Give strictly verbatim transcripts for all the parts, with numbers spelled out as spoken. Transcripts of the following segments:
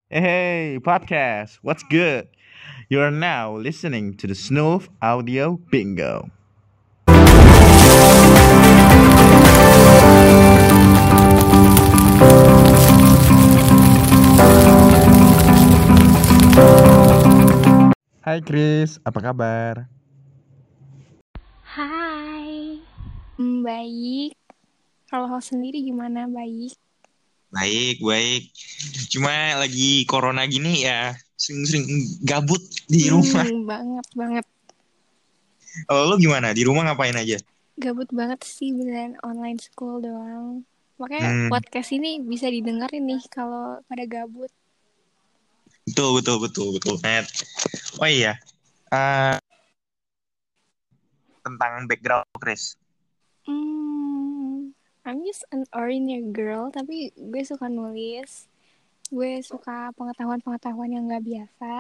Hey, podcast, what's good? You are now listening to the Snoof Audio Bingo. Hai Chris, apa kabar? Hai, Hmm, baik. Kalau kau sendiri gimana? Baik. Baik, baik. Cuma lagi corona gini ya, sering-sering gabut di rumah. Hmm, banget banget. Kalau lo gimana? Di rumah ngapain aja? Gabut banget sih beneran online school doang. Makanya Hmm, podcast ini bisa didengerin nih kalau pada gabut. betul, betul, betul, betul. Net. Oh iya, eh, tentang background lo, Chris. Hmm, I'm just an ordinary girl, tapi gue suka nulis. Gue suka pengetahuan-pengetahuan yang gak biasa.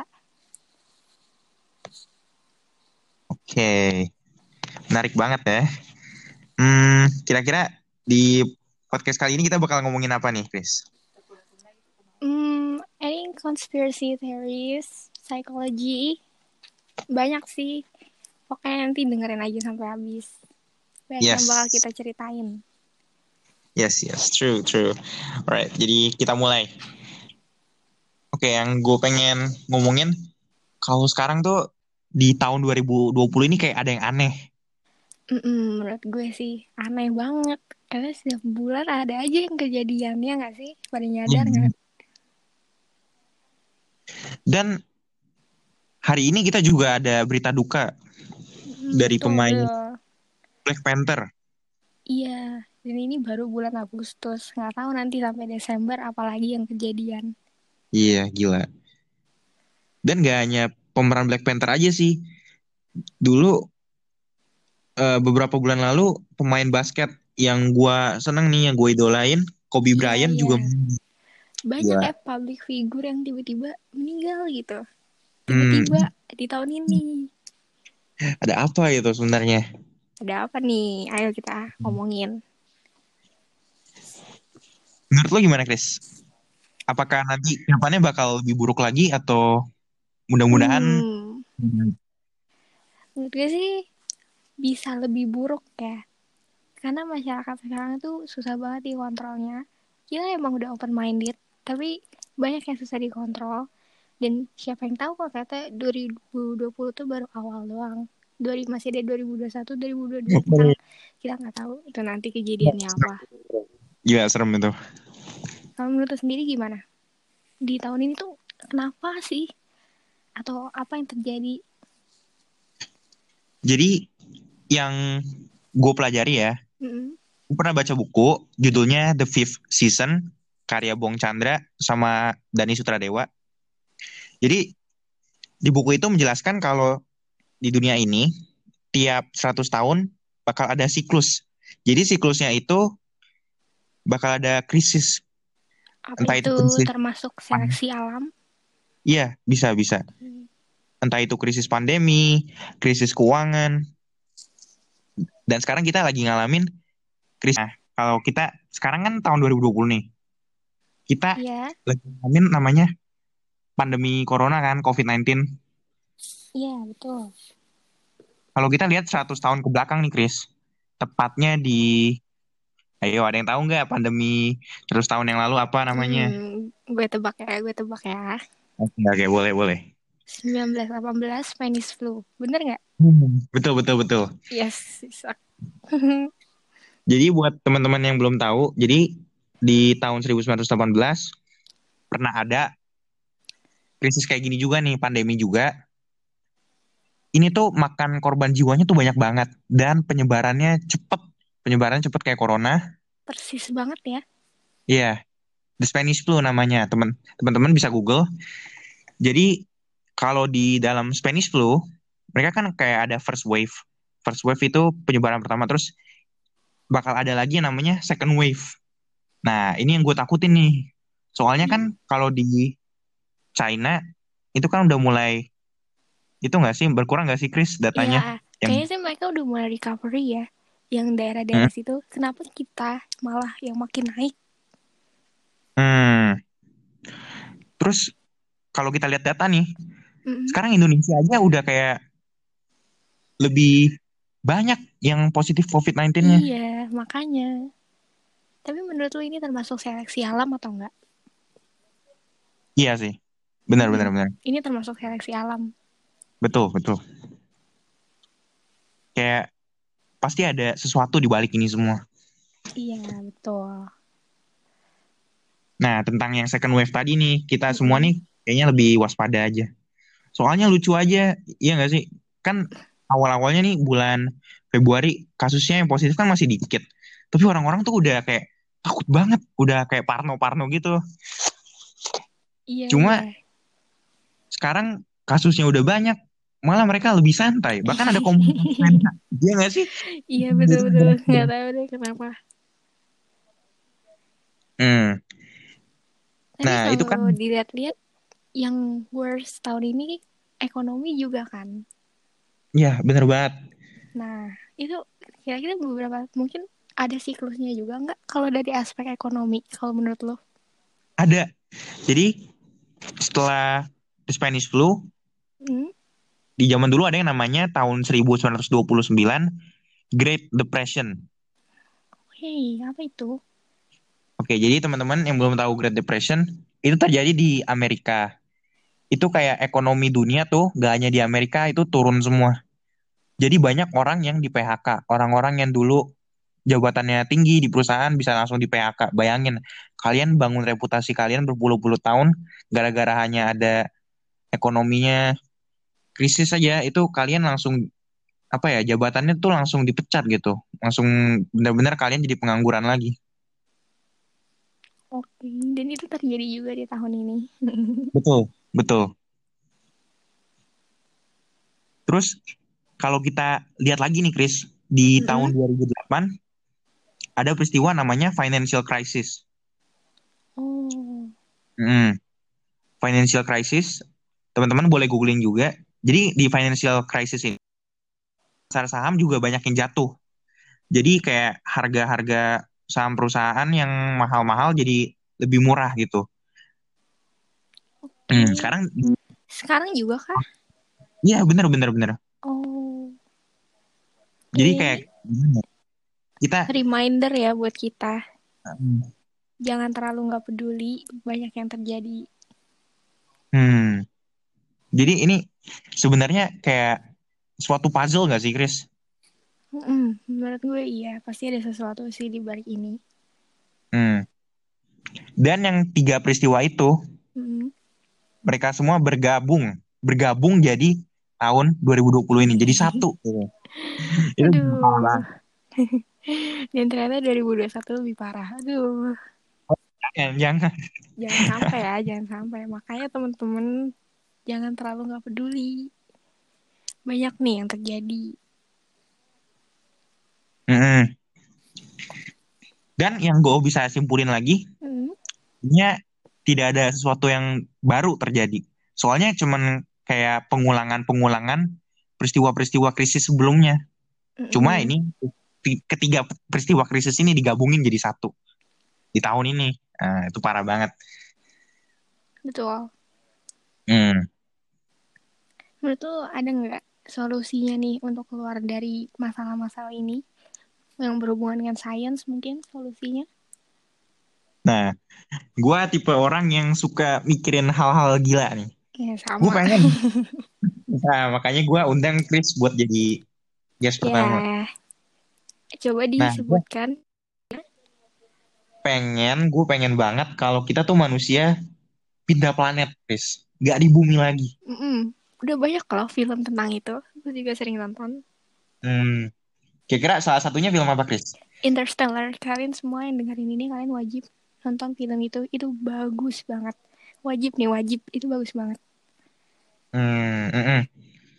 Oke, menarik banget ya. Hmm, kira-kira di podcast kali ini kita bakal ngomongin apa nih, Chris? Hmm, any conspiracy theories, psychology, banyak sih. Pokoknya nanti dengerin aja sampai habis. Banyak yang bakal Yes, kita ceritain. yes, yes, true, true. Alright, jadi kita mulai. Oke, yang gue pengen ngomongin, kalau sekarang tuh di tahun dua ribu dua puluh ini kayak ada yang aneh. Mm-mm, menurut gue sih aneh banget. Karena setiap bulan ada aja yang kejadiannya gak sih? Pada nyadar Hmm. gak? Dan hari ini kita juga ada berita duka Mm, dari betul, pemain betul. Black Panther. Iya, dan ini baru bulan Agustus. Gak tahu nanti sampai Desember apalagi yang kejadian. Iya, gila. Dan gak hanya pemeran Black Panther aja sih. Dulu eh, beberapa bulan lalu pemain basket yang gua seneng nih, yang gue idolain, Kobe Iya, Bryant iya. juga Banyak gila. ya public figure yang tiba-tiba meninggal gitu. Hmm, Tiba-tiba di tahun ini. ada apa gitu sebenarnya? Ada apa nih? Ayo kita ngomongin. Menurut lo gimana, Chris? Apakah nanti kedepannya bakal lebih buruk lagi atau mudah-mudahan? Hmm, menurut gue sih bisa lebih buruk ya. Karena masyarakat sekarang tuh susah banget dikontrolnya. Kita emang udah open minded, tapi banyak yang susah dikontrol. Dan siapa yang tahu kok kata dua ribu dua puluh tuh baru awal doang. dua ribu masih ada dua ribu dua puluh satu, dua ribu dua puluh dua kita kita nggak tahu itu nanti kejadiannya apa. Gila, serem itu. Kalau menurut lu sendiri gimana? Di tahun ini tuh kenapa sih? Atau apa yang terjadi? Jadi yang gue pelajari ya, Mm-mm. gue pernah baca buku judulnya The Fifth Season karya Bong Chandra sama Dani Sutradewa. Jadi di buku itu menjelaskan kalau di dunia ini tiap seratus tahun bakal ada siklus. Jadi siklusnya itu bakal ada krisis, Apa entah itu itu krisis. termasuk seleksi alam? Iya, bisa bisa. Entah itu krisis pandemi, krisis keuangan, dan sekarang kita lagi ngalamin krisis. Nah, kalau kita sekarang kan tahun dua ribu dua puluh nih, kita Iya, lagi ngalamin namanya pandemi corona kan, covid sembilan belas. iya betul. Kalau kita lihat seratus tahun ke belakang nih, Chris, tepatnya di, ayo ada yang tahu nggak pandemi seratus tahun yang lalu apa namanya? Hmm, gue tebak ya, gue tebak ya. Oke, oke, boleh, boleh. seribu sembilan ratus delapan belas Spanish flu. Bener nggak? Hmm. Betul, betul, betul. Yes, sak. Jadi buat teman-teman yang belum tahu, jadi di tahun seribu sembilan ratus delapan belas pernah ada krisis kayak gini juga nih, pandemi juga. Ini tuh makan korban jiwanya tuh banyak banget dan penyebarannya cepet. Penyebarannya cepet kayak corona. Persis banget ya. Iya, yeah, the Spanish flu namanya. Teman teman-teman bisa Google. Jadi kalau di dalam Spanish flu, mereka kan kayak ada first wave. First wave itu penyebaran pertama, terus bakal ada lagi yang namanya second wave. Nah, ini yang gue takutin nih. Soalnya kan kalau di China itu kan udah mulai itu nggak sih berkurang nggak sih, Chris, datanya? Ya, Yang kayaknya sih mereka udah mulai recovery ya. Yang hmm, daerah-daerah situ. Kenapa kita malah yang makin naik? hmm. Terus kalau kita lihat data nih, Mm-mm. sekarang Indonesia aja udah kayak lebih banyak yang positif covid sembilan belas-nya. Iya, makanya. Tapi menurut lu ini termasuk seleksi alam atau enggak? Iya sih. Benar, Mm-mm. benar, benar. Ini termasuk seleksi alam. Betul, betul. Kayak pasti ada sesuatu di balik ini semua. Iya, betul. Nah, tentang yang second wave tadi nih, kita semua Mm-mm. nih kayaknya lebih waspada aja. Soalnya lucu aja, iya nggak sih? Kan awal-awalnya nih bulan Februari kasusnya yang positif kan masih dikit. Tapi orang-orang tuh udah kayak takut banget, udah kayak parno-parno gitu. Iya, Cuma iya. sekarang kasusnya udah banyak, malah mereka lebih santai. Bahkan ada komunitas lain. Iya nggak sih? Iya, Jadi betul-betul. berakhir. Nggak tahu deh kenapa. Hmm. Tapi Nah, itu kan kalau dilihat-lihat, yang worst tahun ini ekonomi juga kan. ya bener banget. Nah, itu kira-kira beberapa mungkin ada siklusnya juga nggak kalau dari aspek ekonomi kalau menurut lo? Ada. Jadi setelah the Spanish flu, Hmm? di zaman dulu ada yang namanya tahun seribu sembilan ratus dua puluh sembilan Great Depression. Hei, apa itu? Oke, jadi teman-teman yang belum tahu Great Depression, itu terjadi di Amerika. Itu kayak ekonomi dunia tuh, gak hanya di Amerika, itu turun semua. Jadi banyak orang yang di P H K. Orang-orang yang dulu jabatannya tinggi di perusahaan bisa langsung di P H K. Bayangin, kalian bangun reputasi kalian berpuluh-puluh tahun, gara-gara hanya ada ekonominya krisis saja, itu kalian langsung, apa ya, jabatannya tuh langsung dipecat gitu. Langsung benar-benar kalian jadi pengangguran lagi. Oke, dan itu terjadi juga di tahun ini. Betul, betul. Terus kalau kita lihat lagi nih Chris, di tahun Mm-mm. dua ribu delapan ada peristiwa namanya financial crisis. Oh, Hmm, financial crisis, teman-teman boleh googling juga. Jadi di financial crisis ini, pasar saham juga banyak yang jatuh. Jadi kayak harga-harga saham perusahaan yang mahal-mahal jadi lebih murah gitu. Hmm, oke. sekarang, Sekarang juga kah? iya bener bener bener. Oh, Jadi jadi kayak ini gimana ya? Kita, reminder ya buat kita. hmm, Jangan terlalu nggak peduli banyak yang terjadi. hmm. Jadi ini sebenarnya kayak suatu puzzle gak sih Chris? Mm-mm, menurut gue iya, pasti ada sesuatu sih di balik ini. Hmm. Dan yang tiga peristiwa itu, Mm-mm. mereka semua bergabung, bergabung jadi tahun dua ribu dua puluh ini, jadi satu. Gitu. Itu Aduh, parah. dan ternyata dua ribu dua puluh satu lebih parah. Aduh, Jangan, jangan. jangan sampai ya, jangan sampai. Makanya temen-temen jangan terlalu nggak peduli. Banyak nih yang terjadi. Mm-mm. Dan yang gue bisa simpulin lagi, Mm. nya tidak ada sesuatu yang baru terjadi. Soalnya cuman kayak pengulangan-pengulangan peristiwa-peristiwa krisis sebelumnya. Cuma Mm-mm. ini ketiga peristiwa krisis ini digabungin jadi satu di tahun ini. Nah, itu parah banget. Betul. Hmm. Menurut tuh ada nggak solusinya nih untuk keluar dari masalah-masalah ini yang berhubungan dengan sains mungkin solusinya? Nah, gue tipe orang yang suka mikirin hal-hal gila nih. Ya Gue sama. pengen. Nah, makanya gue undang Chris buat jadi guest pertama. Ya, coba Nah, gue disebutkan. pengen, gue pengen banget kalau kita tuh manusia pindah planet, Chris. Gak di bumi lagi. Mm-mm. Udah banyak loh film tentang itu. Aku juga sering nonton. Hmm, kira-kira salah satunya film apa, Chris? Interstellar. Kalian semua yang dengerin ini kalian wajib nonton film itu. Itu bagus banget. Wajib nih, wajib. Itu bagus banget. Hmm, mm, mm.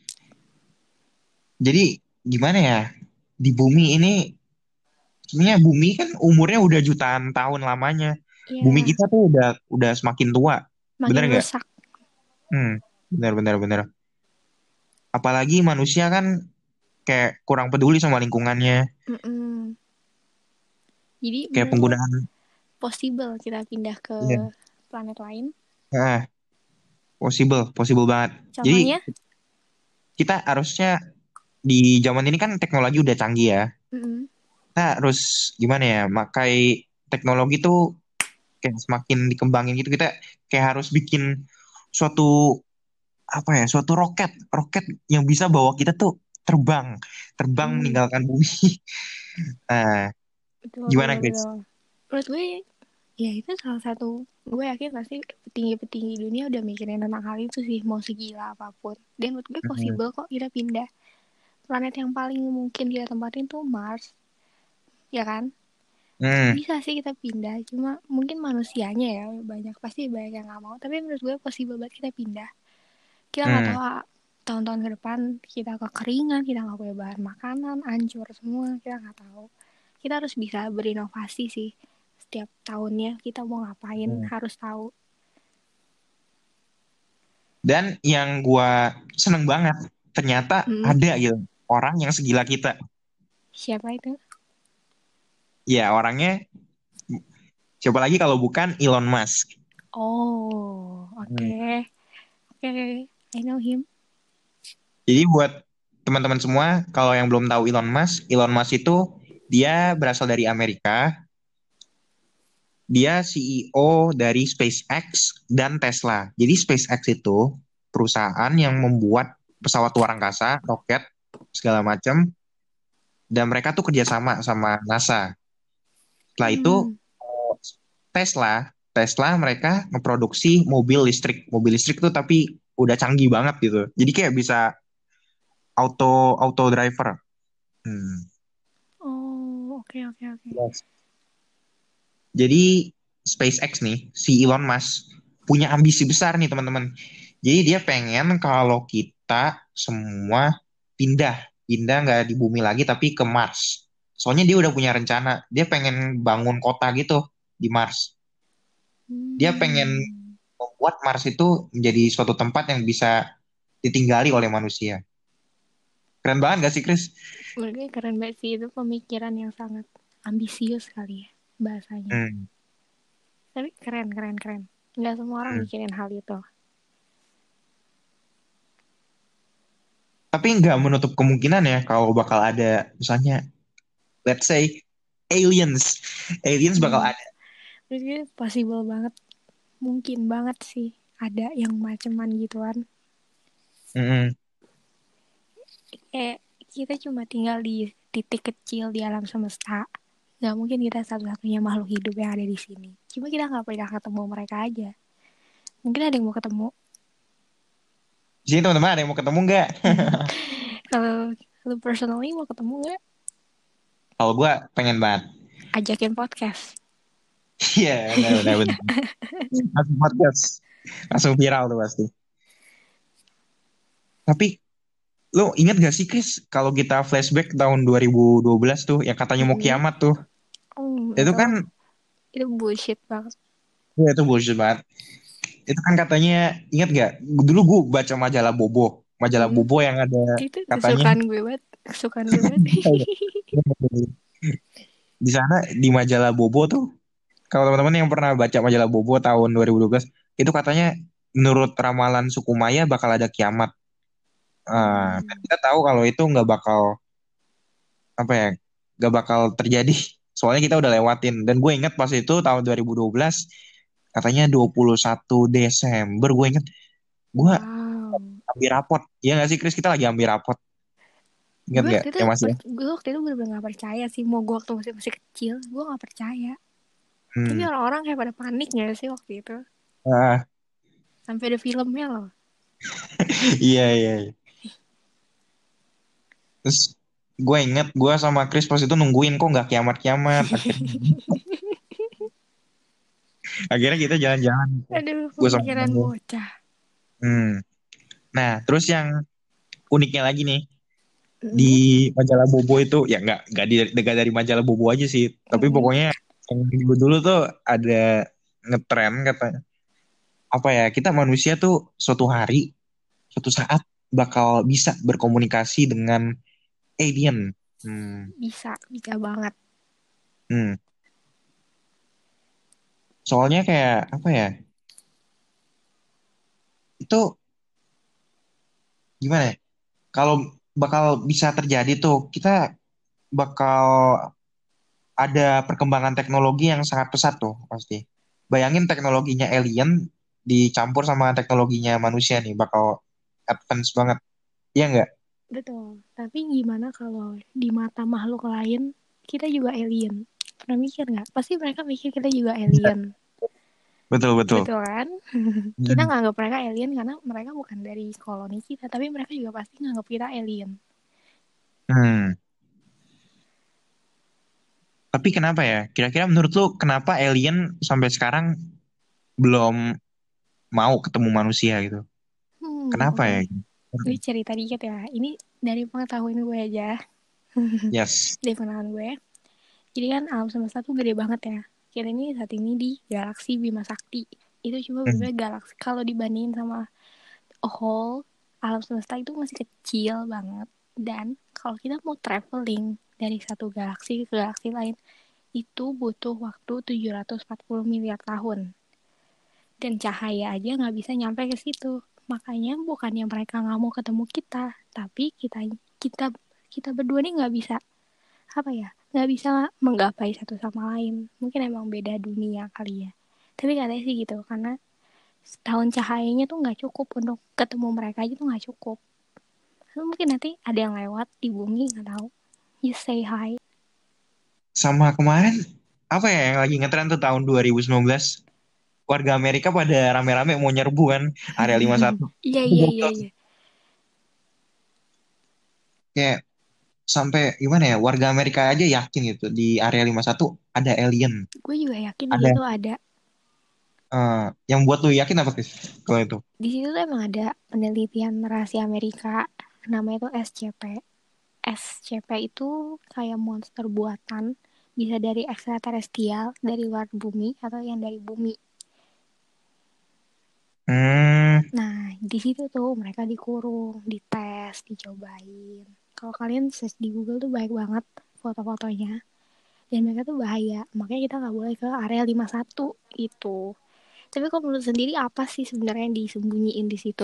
Jadi gimana ya? Di bumi ini, sebenarnya bumi kan umurnya udah jutaan tahun lamanya. Bumi Ya, kita tuh udah udah semakin tua, bener makin nggak? rusak. Hmm, bener bener bener. Apalagi manusia kan kayak kurang peduli sama lingkungannya, Mm-mm. Jadi kayak menurut lo penggunaan. possible kita pindah ke Iya. planet lain? Nah, possible, possible banget. Jadi Contohnya? kita harusnya di zaman ini kan teknologi udah canggih ya. Mm-mm. Kita harus gimana ya, makai teknologi tuh kayak semakin dikembangin gitu. Kita kayak harus bikin suatu apa ya, suatu roket, roket yang bisa bawa kita tuh terbang, terbang Hmm, meninggalkan bumi. Nah, betul, gimana betul, guys? betul. Menurut gue, ya itu salah satu, gue yakin pasti petinggi-petinggi dunia udah mikirin tentang hal itu sih, mau segila apapun. Dan menurut gue Hmm. possible kok kita pindah. Planet yang paling mungkin kita tempatin tuh Mars, ya kan? Hmm. Bisa sih kita pindah, cuma mungkin manusianya ya banyak, pasti banyak yang nggak mau. Tapi menurut gue possible banget kita pindah. Kita nggak tahu Hmm. ah, tahun-tahun ke depan kita kekeringan, kita nggak punya bahan makanan, hancur semua, kita nggak tahu. Kita harus bisa berinovasi sih. Setiap tahunnya kita mau ngapain Hmm. harus tahu. Dan yang gua seneng banget, ternyata Hmm, ada gitu orang yang segila kita. siapa itu? Ya orangnya siapa lagi kalau bukan Elon Musk. Oh, oke, Hmm. okay. Oke, okay. I know him. Jadi buat teman-teman semua, kalau yang belum tahu Elon Musk, Elon Musk itu dia berasal dari Amerika. Dia C E O dari SpaceX dan Tesla. Jadi SpaceX itu perusahaan yang membuat pesawat luar angkasa, roket, segala macam. Dan mereka tuh kerjasama sama NASA. Setelah itu Hmm. Tesla, Tesla mereka ngeproduksi mobil listrik. Mobil listrik tuh tapi udah canggih banget gitu. Jadi kayak bisa auto auto driver. Hmm. Oh, oke, okay, oke, okay, oke. Okay. Yes. Jadi SpaceX nih, si Elon Musk punya ambisi besar nih teman-teman. Jadi dia pengen kalau kita semua pindah, pindah nggak di bumi lagi tapi ke Mars. Soalnya dia udah punya rencana, dia pengen bangun kota gitu di Mars. Dia pengen Hmm. membuat Mars itu menjadi suatu tempat yang bisa ditinggali oleh manusia. Keren banget gak sih, Chris? Menurut gue keren banget sih, itu pemikiran yang sangat ambisius kali ya bahasanya. Hmm. Tapi keren, keren, keren. Nggak semua orang Hmm. mikirin hal itu. Tapi nggak menutup kemungkinan ya kalau bakal ada misalnya, let's say aliens, aliens bakal Hmm. ada. Menurut gue possible banget. Mungkin banget sih ada yang maceman gituan. Mm-mm. Kayak kita cuma tinggal di titik kecil di alam semesta. Gak mungkin kita satu-satunya makhluk hidup yang ada di sini. Cuma kita nggak pernah ketemu mereka aja. Mungkin ada yang mau ketemu. Di sini teman-teman ada yang mau ketemu nggak? Kalau lu personally mau ketemu nggak? Kalau gue pengen banget. Ajakin podcast. Iya, benar-benar benar. Langsung podcast, langsung viral tuh pasti. Tapi lo ingat gak sih Chris, kalau kita flashback tahun dua ribu dua belas tuh, yang katanya mau Mm-mm. kiamat tuh, Oh, itu itu kan, itu bullshit banget. ya itu bullshit banget. Itu kan katanya, ingat gak? Dulu gue baca majalah Bobo, majalah Mm. Bobo yang ada Itu katanya kesukaan gue banget. Kesukaan gue banget. di sana di majalah Bobo tuh, kalau teman-teman yang pernah baca majalah Bobo tahun dua ribu dua belas, itu katanya menurut ramalan suku Maya bakal ada kiamat. Ah, dan Hmm. kita tahu kalau itu nggak bakal apa ya, nggak bakal terjadi. Soalnya kita udah lewatin. Dan gue ingat pas itu tahun dua ribu dua belas katanya dua puluh satu Desember, gue inget gue Wow. ambil rapot. Iya nggak sih Chris, kita lagi ambil rapot. Ingat Gue nggak waktu itu ya Mas ya? gue waktu itu bener-bener gak percaya sih. Mau gue waktu masih masih kecil, gue gak percaya. Tapi Hmm. orang-orang kayak pada panik gak sih waktu itu? Ah, Sampai ada filmnya loh. iya iya. Iya. Terus gue inget gue sama Chris pas itu nungguin kok nggak kiamat-kiamat. Akhirnya, akhirnya kita jalan-jalan. Aduh, Gue sama pemikiran temen. bocah. Hmm. Nah, terus yang uniknya lagi nih, di Mm. majalah Bobo itu ya nggak nggak di, nggak dari majalah Bobo aja sih, tapi Mm. pokoknya yang dulu dulu tuh ada ngetren katanya apa ya, kita manusia tuh suatu hari suatu saat bakal bisa berkomunikasi dengan alien. Hmm. Bisa, bisa banget. Hmm. Soalnya kayak apa ya, itu gimana ya? Kalau bakal bisa terjadi tuh, kita bakal ada perkembangan teknologi yang sangat pesat tuh pasti. Bayangin teknologinya alien dicampur sama teknologinya manusia nih, bakal advance banget. Iya nggak? Betul. Tapi gimana kalau di mata makhluk lain kita juga alien? Pernah mikir nggak? Pasti mereka mikir kita juga alien. Betul, betul. Betul kan? Kita Hmm. nganggap mereka alien karena mereka bukan dari koloni kita, tapi mereka juga pasti nganggap kita alien. Hmm. Tapi kenapa ya? Kira-kira menurut lu kenapa alien sampai sekarang belum mau ketemu manusia gitu? Hmm, Kenapa oke. ya? Ini cerita dikit ya. Ini dari pengetahuan gue aja, Yes. dari pengetahuan gue. Jadi kan alam semesta tuh gede banget ya. Kita ini saat ini di galaksi Bima Sakti. Itu cuma Hmm. berbeda galaksi. Kalau dibandingin sama a whole, alam semesta itu masih kecil banget. Dan kalau kita mau traveling dari satu galaksi ke galaksi lain, itu butuh waktu tujuh ratus empat puluh miliar tahun. Dan cahaya aja nggak bisa nyampe ke situ. Makanya bukannya mereka nggak mau ketemu kita, tapi kita kita kita berdua nih nggak bisa apa ya nggak bisa menggapai satu sama lain. Mungkin emang beda dunia kali ya. Tapi katanya sih gitu karena tahun cahayanya tuh nggak cukup untuk ketemu mereka aja tuh nggak cukup. Mungkin nanti ada yang lewat di bumi nggak tahu. You say hi. Sama kemarin apa ya yang lagi ngetren tuh tahun dua ribu sembilan belas, warga Amerika pada rame-rame mau nyerbu kan area lima puluh satu. Iya Itu iya iya gokil. iya. Kayak sampai gimana ya, warga Amerika aja yakin gitu di area lima puluh satu ada alien. Gue juga yakin di Ada situ ada. eh, yang buat lu yakin apa Chris kalau itu? Di situ tuh emang ada penelitian rahasia Amerika. Namanya tuh S C P. S C P itu kayak monster buatan. Bisa dari ekstraterestrial, dari luar bumi, atau yang dari bumi. Hmm, Nah, di situ tuh mereka dikurung, dites, dicobain. Kalau kalian search di Google tuh baik banget foto-fotonya. Dan mereka tuh bahaya. Makanya kita nggak boleh ke area lima puluh satu itu. Tapi kalau menurut sendiri apa sih sebenarnya yang disembunyiin di situ?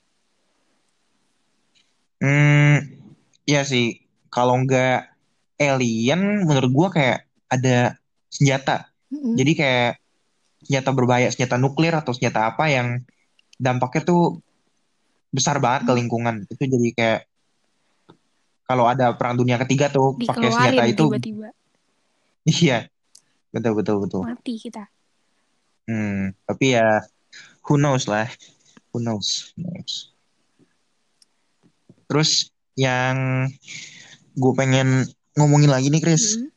hmm, ya sih. Kalau nggak alien, menurut gua kayak ada senjata. Mm-mm. Jadi kayak senjata berbahaya, senjata nuklir atau senjata apa yang dampaknya tuh besar banget ke lingkungan. Itu jadi kayak kalau ada perang dunia ketiga tuh pakai senjata Dikeluarin itu, tiba-tiba. iya, betul betul betul. Mati kita. Hmm, tapi ya who knows lah, who knows, who knows. Terus yang gue pengen ngomongin lagi nih Chris, Mm-mm.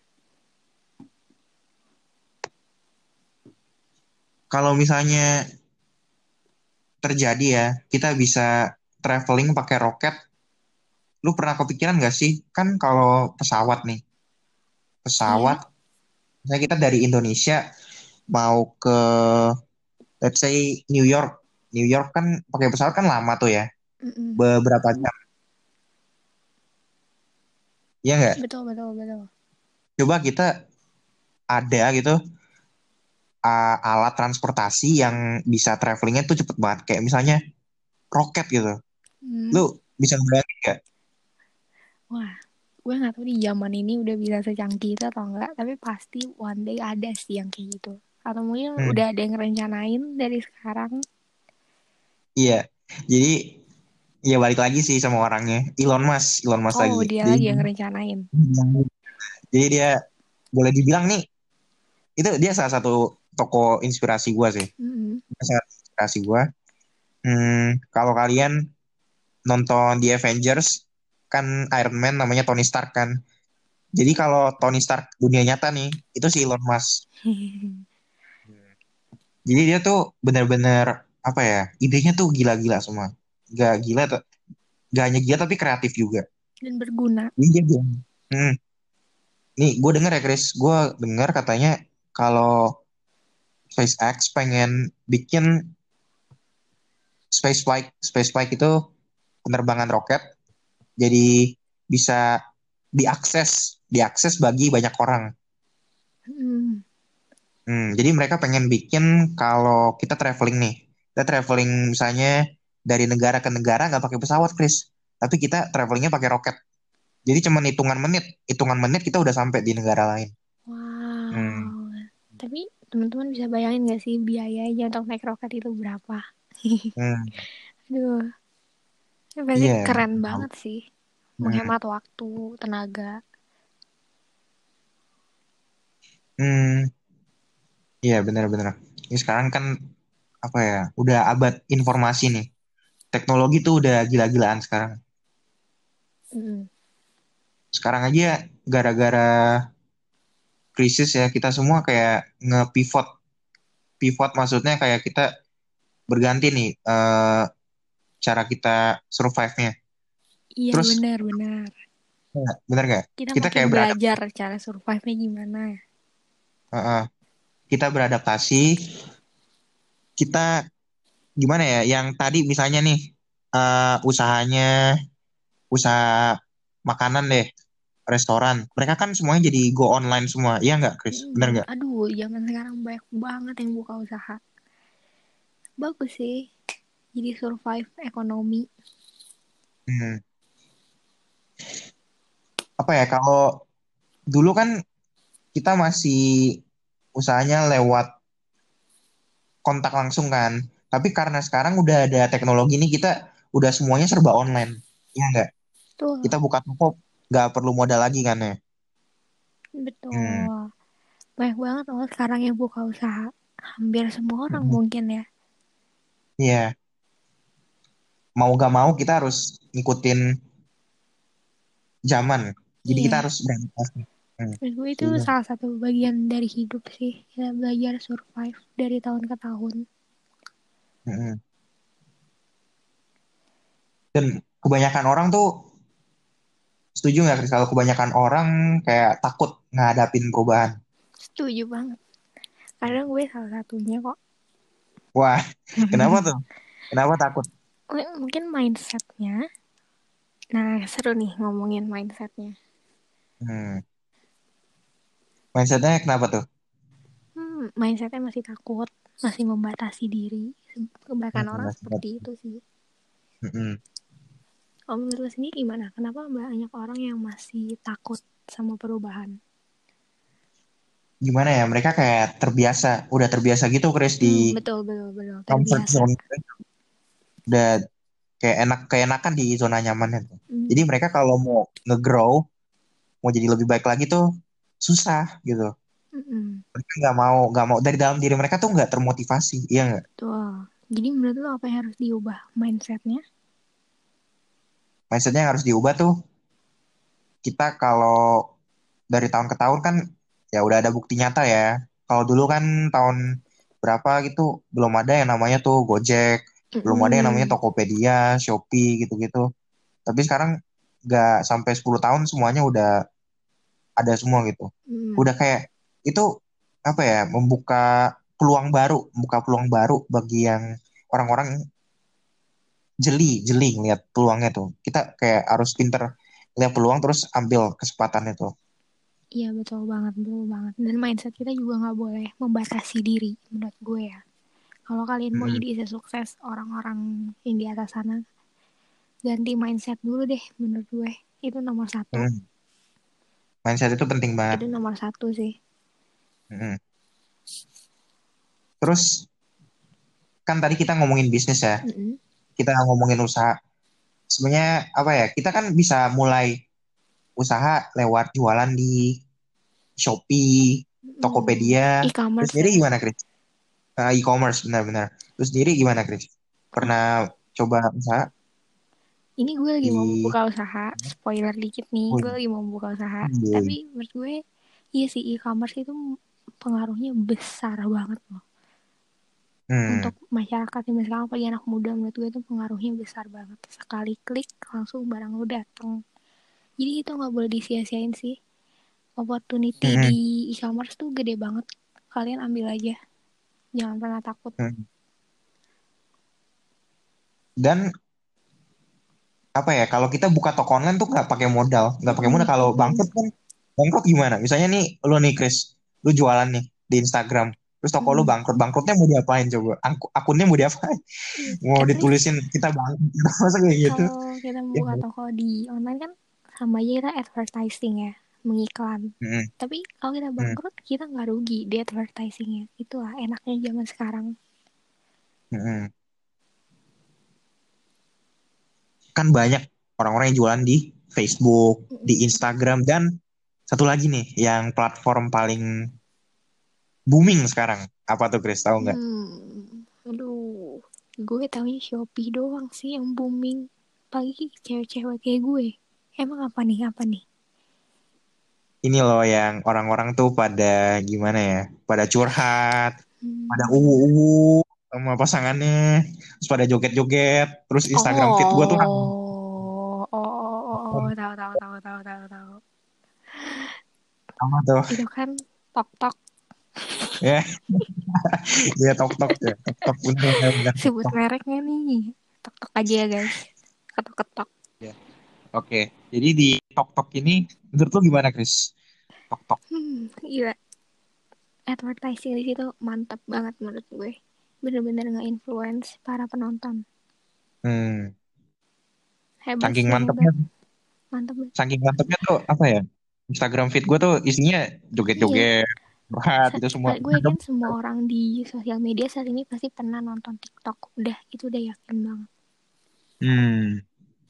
kalau misalnya terjadi ya kita bisa traveling pakai roket, lu pernah kepikiran gak sih kan kalau pesawat nih, Iya. pesawat, misalnya kita dari Indonesia mau ke let's say New York, New York kan pakai pesawat kan lama tuh ya, Mm-mm. beberapa jam, ya nggak? Betul, betul, betul. Coba kita ada gitu uh, alat transportasi yang bisa travelingnya tuh cepet banget, kayak misalnya roket gitu. Mm. Lu bisa bayangin nggak? Wah, gue nggak tahu di zaman ini udah bisa secanggih itu atau enggak, tapi pasti one day ada sih yang kayak gitu. Atau mungkin Hmm, udah ada yang rencanain dari sekarang. iya. Jadi ya balik lagi sih sama orangnya, Elon Musk, Elon Musk Oh, lagi. dia Jadi lagi yang rencanain. jadi dia boleh dibilang nih, itu dia salah satu tokoh inspirasi gua sih. Mm-mm. Dia sangat inspirasi gua. Hmm, kalau kalian nonton The Avengers, kan Iron Man namanya Tony Stark kan. Jadi kalau Tony Stark dunia nyata nih, itu si Elon Musk. Jadi dia tuh benar-benar apa ya? Idenya tuh gila-gila semua. Gak gila, tuh- gak hanya gila tapi kreatif juga. Dan berguna. Jadi dia bilang, hmm, nih gue denger ya Chris, gue dengar katanya kalau SpaceX pengen bikin space flight, space flight itu penerbangan roket, jadi bisa diakses, diakses bagi banyak orang. Mm. Hmm, jadi mereka pengen bikin kalau kita traveling nih, kita traveling misalnya dari negara ke negara nggak pakai pesawat, Chris. Tapi kita travelingnya pakai roket. Jadi cuma hitungan menit, hitungan menit kita udah sampai di negara lain. Hmm. Wow. Tapi teman-teman bisa bayangin gak sih biayanya untuk naik roket itu berapa? Hmm. Aduh, pasti Iya. keren Betul. banget sih. Hmm. Menghemat waktu, tenaga. Hmm. Iya benar-benar. Ini sekarang kan apa ya? Udah abad informasi nih. Teknologi tuh udah gila-gilaan sekarang. Mm. Sekarang aja gara-gara krisis ya kita semua kayak nge-pivot. Pivot maksudnya kayak kita berganti nih eh, cara kita survive-nya. Iya Terus benar-benar. ya, bener nggak? Kita Kita makin kayak beradap, belajar cara survive-nya gimana. eh, eh, kita beradaptasi. Kita gimana ya? Yang tadi misalnya nih eh, usahanya usaha makanan deh, restoran. Mereka kan semuanya jadi go online semua. Iya nggak, Chris? Bener Hmm, nggak? aduh, zaman sekarang banyak banget yang buka usaha. Bagus sih. Jadi survive ekonomi. Hmm. Apa ya? Kalau dulu kan kita masih usahanya lewat kontak langsung kan. Tapi karena sekarang udah ada teknologi ini, kita udah semuanya serba online. Iya nggak? Betul, Kita buka toko nggak perlu modal lagi kan ya? Hmm. betul. Banyak banget loh sekarang yang buka usaha. Hampir semua orang Hmm. mungkin ya. Iya. Mau gak mau kita harus ngikutin zaman. Jadi kita Iya, harus beradaptasi. Hmm. menurut gue itu Setuju. salah satu bagian dari hidup sih. Kita belajar survive dari tahun ke tahun. Hmm. Dan kebanyakan orang tuh setuju nggak Chris? Kalau kebanyakan orang kayak takut ngadapin perubahan. Setuju banget. Kadang gue salah satunya kok. Wah, kenapa tuh? Kenapa takut? Mungkin mindsetnya. Nah, seru nih ngomongin mindsetnya. Hmm. Mindsetnya kenapa tuh? Hmm, mindsetnya masih takut, masih membatasi diri. Kebanyakan Hmm, orang masih seperti takut. itu sih. Mm-mm. Om menurut lo sendiri gimana? Kenapa banyak orang yang masih takut sama perubahan? Gimana ya? Mereka kayak terbiasa, udah terbiasa gitu Chris di Hmm, betul, betul, betul. comfort Terbiasa. zone. Udah kayak enak, keenakan di zona nyamannya tuh. Hmm, Jadi mereka kalau mau nge-grow, mau jadi lebih baik lagi tuh susah gitu. mm-mm. Mereka nggak mau, nggak mau dari dalam diri mereka tuh nggak termotivasi, iya nggak? Betul. Jadi menurut lo apa yang harus diubah mindsetnya? Mindsetnya yang harus diubah tuh kita kalau dari tahun ke tahun kan ya udah ada bukti nyata ya. Kalau dulu kan tahun berapa gitu belum ada yang namanya tuh Gojek, belum ada yang namanya Mm-mm. Tokopedia, Shopee gitu-gitu. Tapi sekarang nggak sampai sepuluh tahun semuanya udah ada semua gitu. Mm. Udah kayak itu apa ya membuka peluang baru, membuka peluang baru bagi yang orang-orang jeli, jeli ngeliat peluangnya tuh. Kita kayak harus pinter lihat peluang terus ambil kesempatannya tuh. Iya betul banget, betul banget. Dan mindset kita juga nggak boleh membatasi diri menurut gue ya. Kalau kalian mau Mm-mm. jadi sukses orang-orang yang di atas sana, ganti mindset dulu deh menurut gue. Itu nomor satu. Mm. Mindset itu penting banget. Itu nomor satu sih. Mm-mm. Terus kan tadi kita ngomongin bisnis ya, Mm-mm. kita ngomongin usaha. Sebenarnya apa ya? Kita kan bisa mulai usaha lewat jualan di Shopee, Mm. Tokopedia. Terus E-commerce sendiri ya. gimana, Chris? Eh, e-commerce benar-benar. Terus sendiri gimana, Chris? Oh, Pernah coba usaha ini gue lagi mau di buka usaha. Spoiler dikit nih, gue Wih, lagi mau buka usaha. wih. Tapi menurut gue, iya sih e-commerce itu pengaruhnya besar banget loh. Hmm, Untuk masyarakat yang sekarang apalagi anak muda menurut gue itu pengaruhnya besar banget. Sekali klik langsung barang lu dateng. Jadi itu nggak boleh disia-siain sih. Opportunity hmm, di e-commerce tuh gede banget. Kalian ambil aja. Jangan pernah takut. hmm. Dan apa ya? Kalau kita buka toko online tuh nggak pakai modal, nggak pakai modal. Mm-mm, Kalau mm-mm. bangkrut kan, bangkrut gimana? Misalnya nih, lu nih, Chris, lu jualan nih di Instagram. Terus toko lu Mm-mm. bangkrut. Bangkrutnya mau diapain coba? Ak- akunnya mau diapain? Iya, Mau katanya ditulisin kita bangkrut. Masa kayak gitu? kalau kita Ya, membuka toko di online kan sama aja kita advertising ya, mengiklan. mm, Tapi kalau kita mm, bangkrut, kita nggak rugi di advertisingnya. Itulah enaknya zaman sekarang. mm. Kan banyak orang-orang yang jualan di Facebook, di Mm-mm. Instagram, dan satu lagi nih yang platform paling booming sekarang. Apa tuh Chris? Tahu nggak? Hmm, aduh, gue taunya Shopee doang sih yang booming. Apalagi cewek-cewek kayak gue. Emang apa nih, apa nih? Ini loh yang orang-orang tuh pada gimana ya? Pada curhat, pada Hmm. uwu-uwu sama pasangannya, terus pada joget-joget, terus Instagram feed gue tuh Oh, oh, oh, oh, oh, tahu, tahu, tahu, tahu, tahu, tahu. sama tuh. Itu kan tok-tok, Ya, dia tok-tok ya. Tok-tok bener bener bener sebut tok-tok. mereknya nih. Tok-tok aja ya guys. Ketok-ketok. Ya. Oke, jadi di tok-tok ini menurut lu gimana Chris? Tok-tok. Hmm, gila. Advertising di situ mantap banget menurut gue. Bener-bener nge-influence para penonton. Hmm, Hebat saking sih, mantepnya hebat. Mantap banget. Saking mantepnya tuh apa ya? Instagram feed gue tuh isinya Iya, joget-joget, curhat Sa- gitu semua. gue yakin semua orang di sosial media saat ini pasti pernah nonton TikTok. Udah, itu udah yakin banget. Hmm.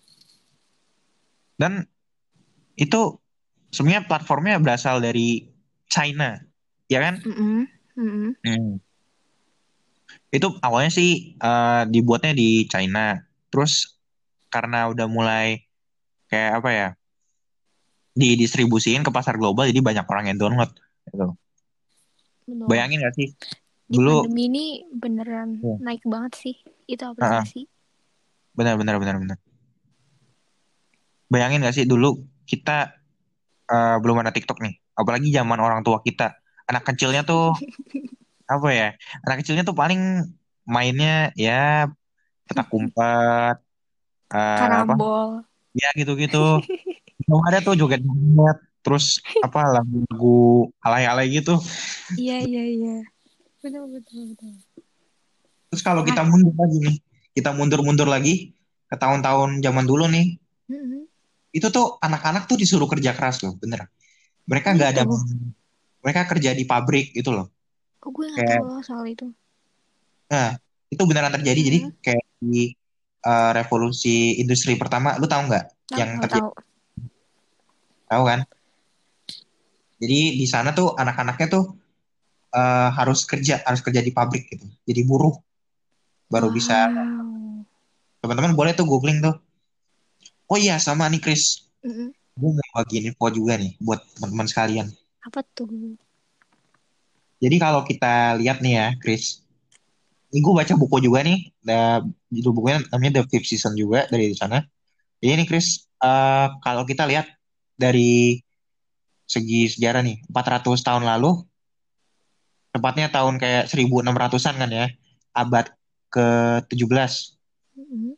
Dan itu sebenarnya platformnya berasal dari China, ya kan? Mm-mm, mm-mm. Hmm. Itu awalnya sih eh, dibuatnya di China. Terus karena udah mulai kayak apa ya? Didistribusiin ke pasar global jadi banyak orang yang download gitu. Betul. Bayangin gak sih Di dulu pandemi ini beneran ya, naik banget sih itu ah, ah, aplikasi. benar benar benar benar. Bayangin gak sih dulu kita eh, belum ada TikTok nih. Apalagi zaman orang tua kita. Anak kecilnya tuh apa ya? Anak kecilnya tuh paling mainnya ya petak umpet, eh, apa? Karambol. Ya gitu-gitu. Belum ada tuh joget-joget, terus apa lagu-lagu alay-alay gitu. Iya, iya, iya. Betul, betul, betul. Terus kalau Wah. kita mundur lagi nih, kita mundur-mundur lagi ke tahun-tahun zaman dulu nih, Mm-mm. itu tuh anak-anak tuh disuruh kerja keras loh, bener. Mereka Oh nggak ada, gitu. mereka kerja di pabrik gitu loh. Oh, gue nggak tahu Kayak, loh soal itu. nah itu beneran terjadi. Jadi Mm-mm. kayak di eh, revolusi industri pertama, lu tahu nggak Tahu, yang tahu, terjadi? tahu. Tahu kan? Jadi di sana tuh anak-anaknya tuh eh, harus kerja, harus kerja di pabrik gitu. Jadi buruh baru bisa. Wow. Teman-teman boleh tuh googling tuh. Oh iya, sama nih Chris. Mm-mm. Gue mau bagiin info juga nih buat teman-teman sekalian. Apa tuh? Jadi kalau kita lihat nih ya, Chris. Ini gue baca buku juga nih. Da, judul bukunya namanya The Fifth Season juga dari sana. Jadi ini Chris, eh, kalau kita lihat dari segi sejarah nih, empat ratus tahun lalu, tepatnya tahun kayak seribu enam ratusan-an kan ya, abad ke tujuh belas. Mm-mm.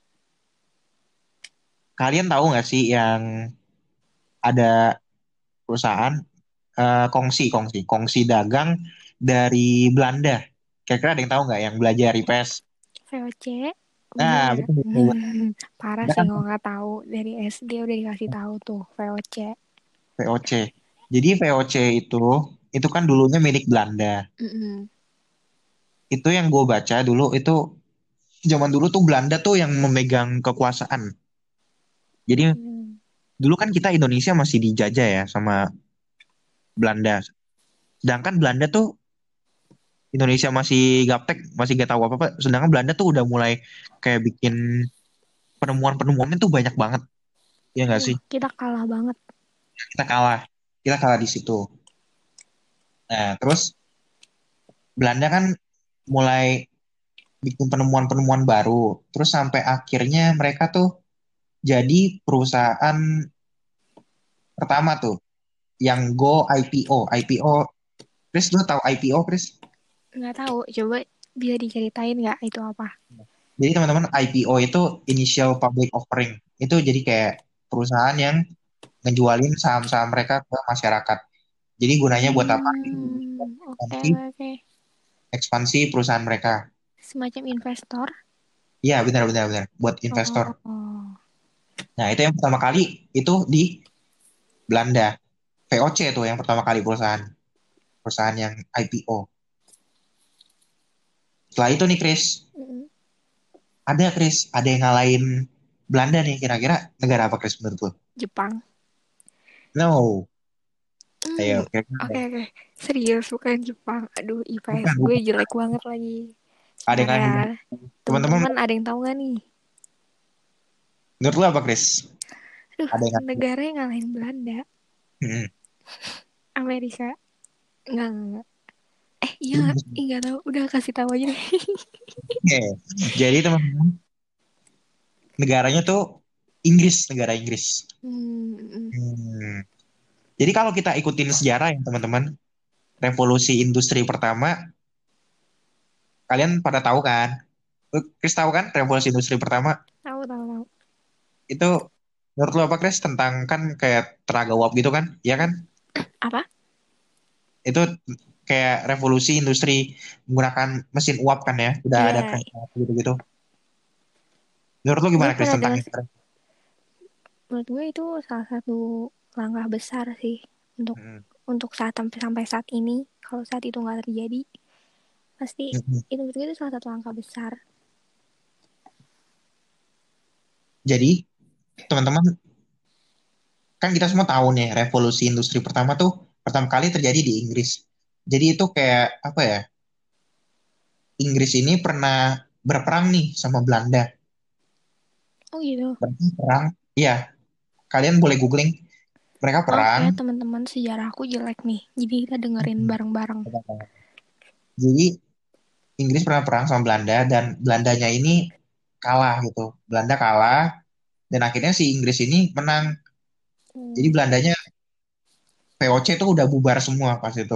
Kalian tahu nggak sih yang ada perusahaan eh, kongsi, kongsi, kongsi dagang dari Belanda. Kira-kira ada yang tahu nggak yang belajar I P S? V O C. Nah, Bener. betul, betul. Parah Ada sih kan kalau nggak tahu. Dari S D udah dikasih tahu tuh V O C. V O C. Jadi V O C itu, itu kan dulunya milik Belanda. Mm-mm. Itu yang gue baca dulu, itu zaman dulu tuh Belanda tuh yang memegang kekuasaan. Jadi Mm-mm. dulu kan kita Indonesia masih dijajah ya sama Belanda. Sedangkan Belanda tuh Indonesia masih gaptek, masih gak tahu apa-apa. Sedangkan Belanda tuh udah mulai kayak bikin penemuan-penemuannya tuh banyak banget. Ya nggak sih? Wah, kita kalah banget. Kita kalah. Kita kalah di situ. Nah, terus Belanda kan mulai bikin penemuan-penemuan baru. Terus sampai akhirnya mereka tuh jadi perusahaan pertama tuh yang go I P O. I P O, Chris, lu tahu I P O, Chris? Nggak tahu. Coba bisa diceritain nggak itu apa? Jadi teman-teman I P O itu Initial Public Offering. Itu jadi kayak perusahaan yang ngejualin saham-saham mereka ke masyarakat. Jadi gunanya buat apa? Hmm, oke, Nanti oke, oke. ekspansi perusahaan mereka. Semacam investor. Iya, benar benar benar, buat investor. Oh, oh. Nah, itu yang pertama kali itu di Belanda. V O C itu yang pertama kali perusahaan perusahaan yang I P O. Setelah itu nih Chris, Mm-mm. ada Chris, ada yang ngalahin Belanda nih, kira-kira negara apa Chris menurut lo? Jepang. No, Hmm, ayo kira-kira oke ada. oke. Serius bukan Jepang. Aduh, I P S Bukan, gue bukan. jelek banget lagi. Ada yang Sebentar ya. ngalahin. Teman-teman, Teman-teman ada yang tahu nggak nih? menurut lo apa Chris? Aduh, Ada yang ngalahin. negara yang ngalahin Belanda. Hmm. Amerika. Enggak, enggak, enggak. Eh, iya nggak? Ih, nggak tahu. Udah kasih tahu aja deh. Oke. Jadi teman-teman, negaranya tuh Inggris, negara Inggris. Hmm, mm. Hmm. Jadi kalau kita ikutin sejarah ya teman-teman, revolusi industri pertama, kalian pada tahu kan? Lu, Chris tahu kan revolusi industri pertama Tahu tahu tahu. itu menurut lo apa Chris? Tentang kan kayak tenaga uap gitu kan? Iya kan? Apa? Itu kayak revolusi industri menggunakan mesin uap kan ya? Udah ada Iya, kereta gitu-gitu. Menurut lo gue gimana Chris pernah tentang dengar. itu? Menurut gue itu salah satu langkah besar sih untuk Hmm. untuk saat sampai sampai saat ini. Kalau saat itu nggak terjadi, pasti Hmm. itu menurut gue itu salah satu langkah besar. Jadi teman-teman, kan kita semua tahu nih revolusi industri pertama tuh pertama kali terjadi di Inggris. Jadi itu kayak apa ya? Inggris ini pernah berperang nih sama Belanda. Oh gitu. Berarti perang. Iya, kalian boleh googling. Mereka Maaf perang. ya teman-teman, sejarah aku jelek nih. Jadi kita dengerin bareng-bareng. Jadi Inggris pernah perang sama Belanda dan Belandanya ini kalah gitu. Belanda kalah dan akhirnya si Inggris ini menang. Jadi Hmm. Belandanya V O C tuh udah bubar semua pas itu.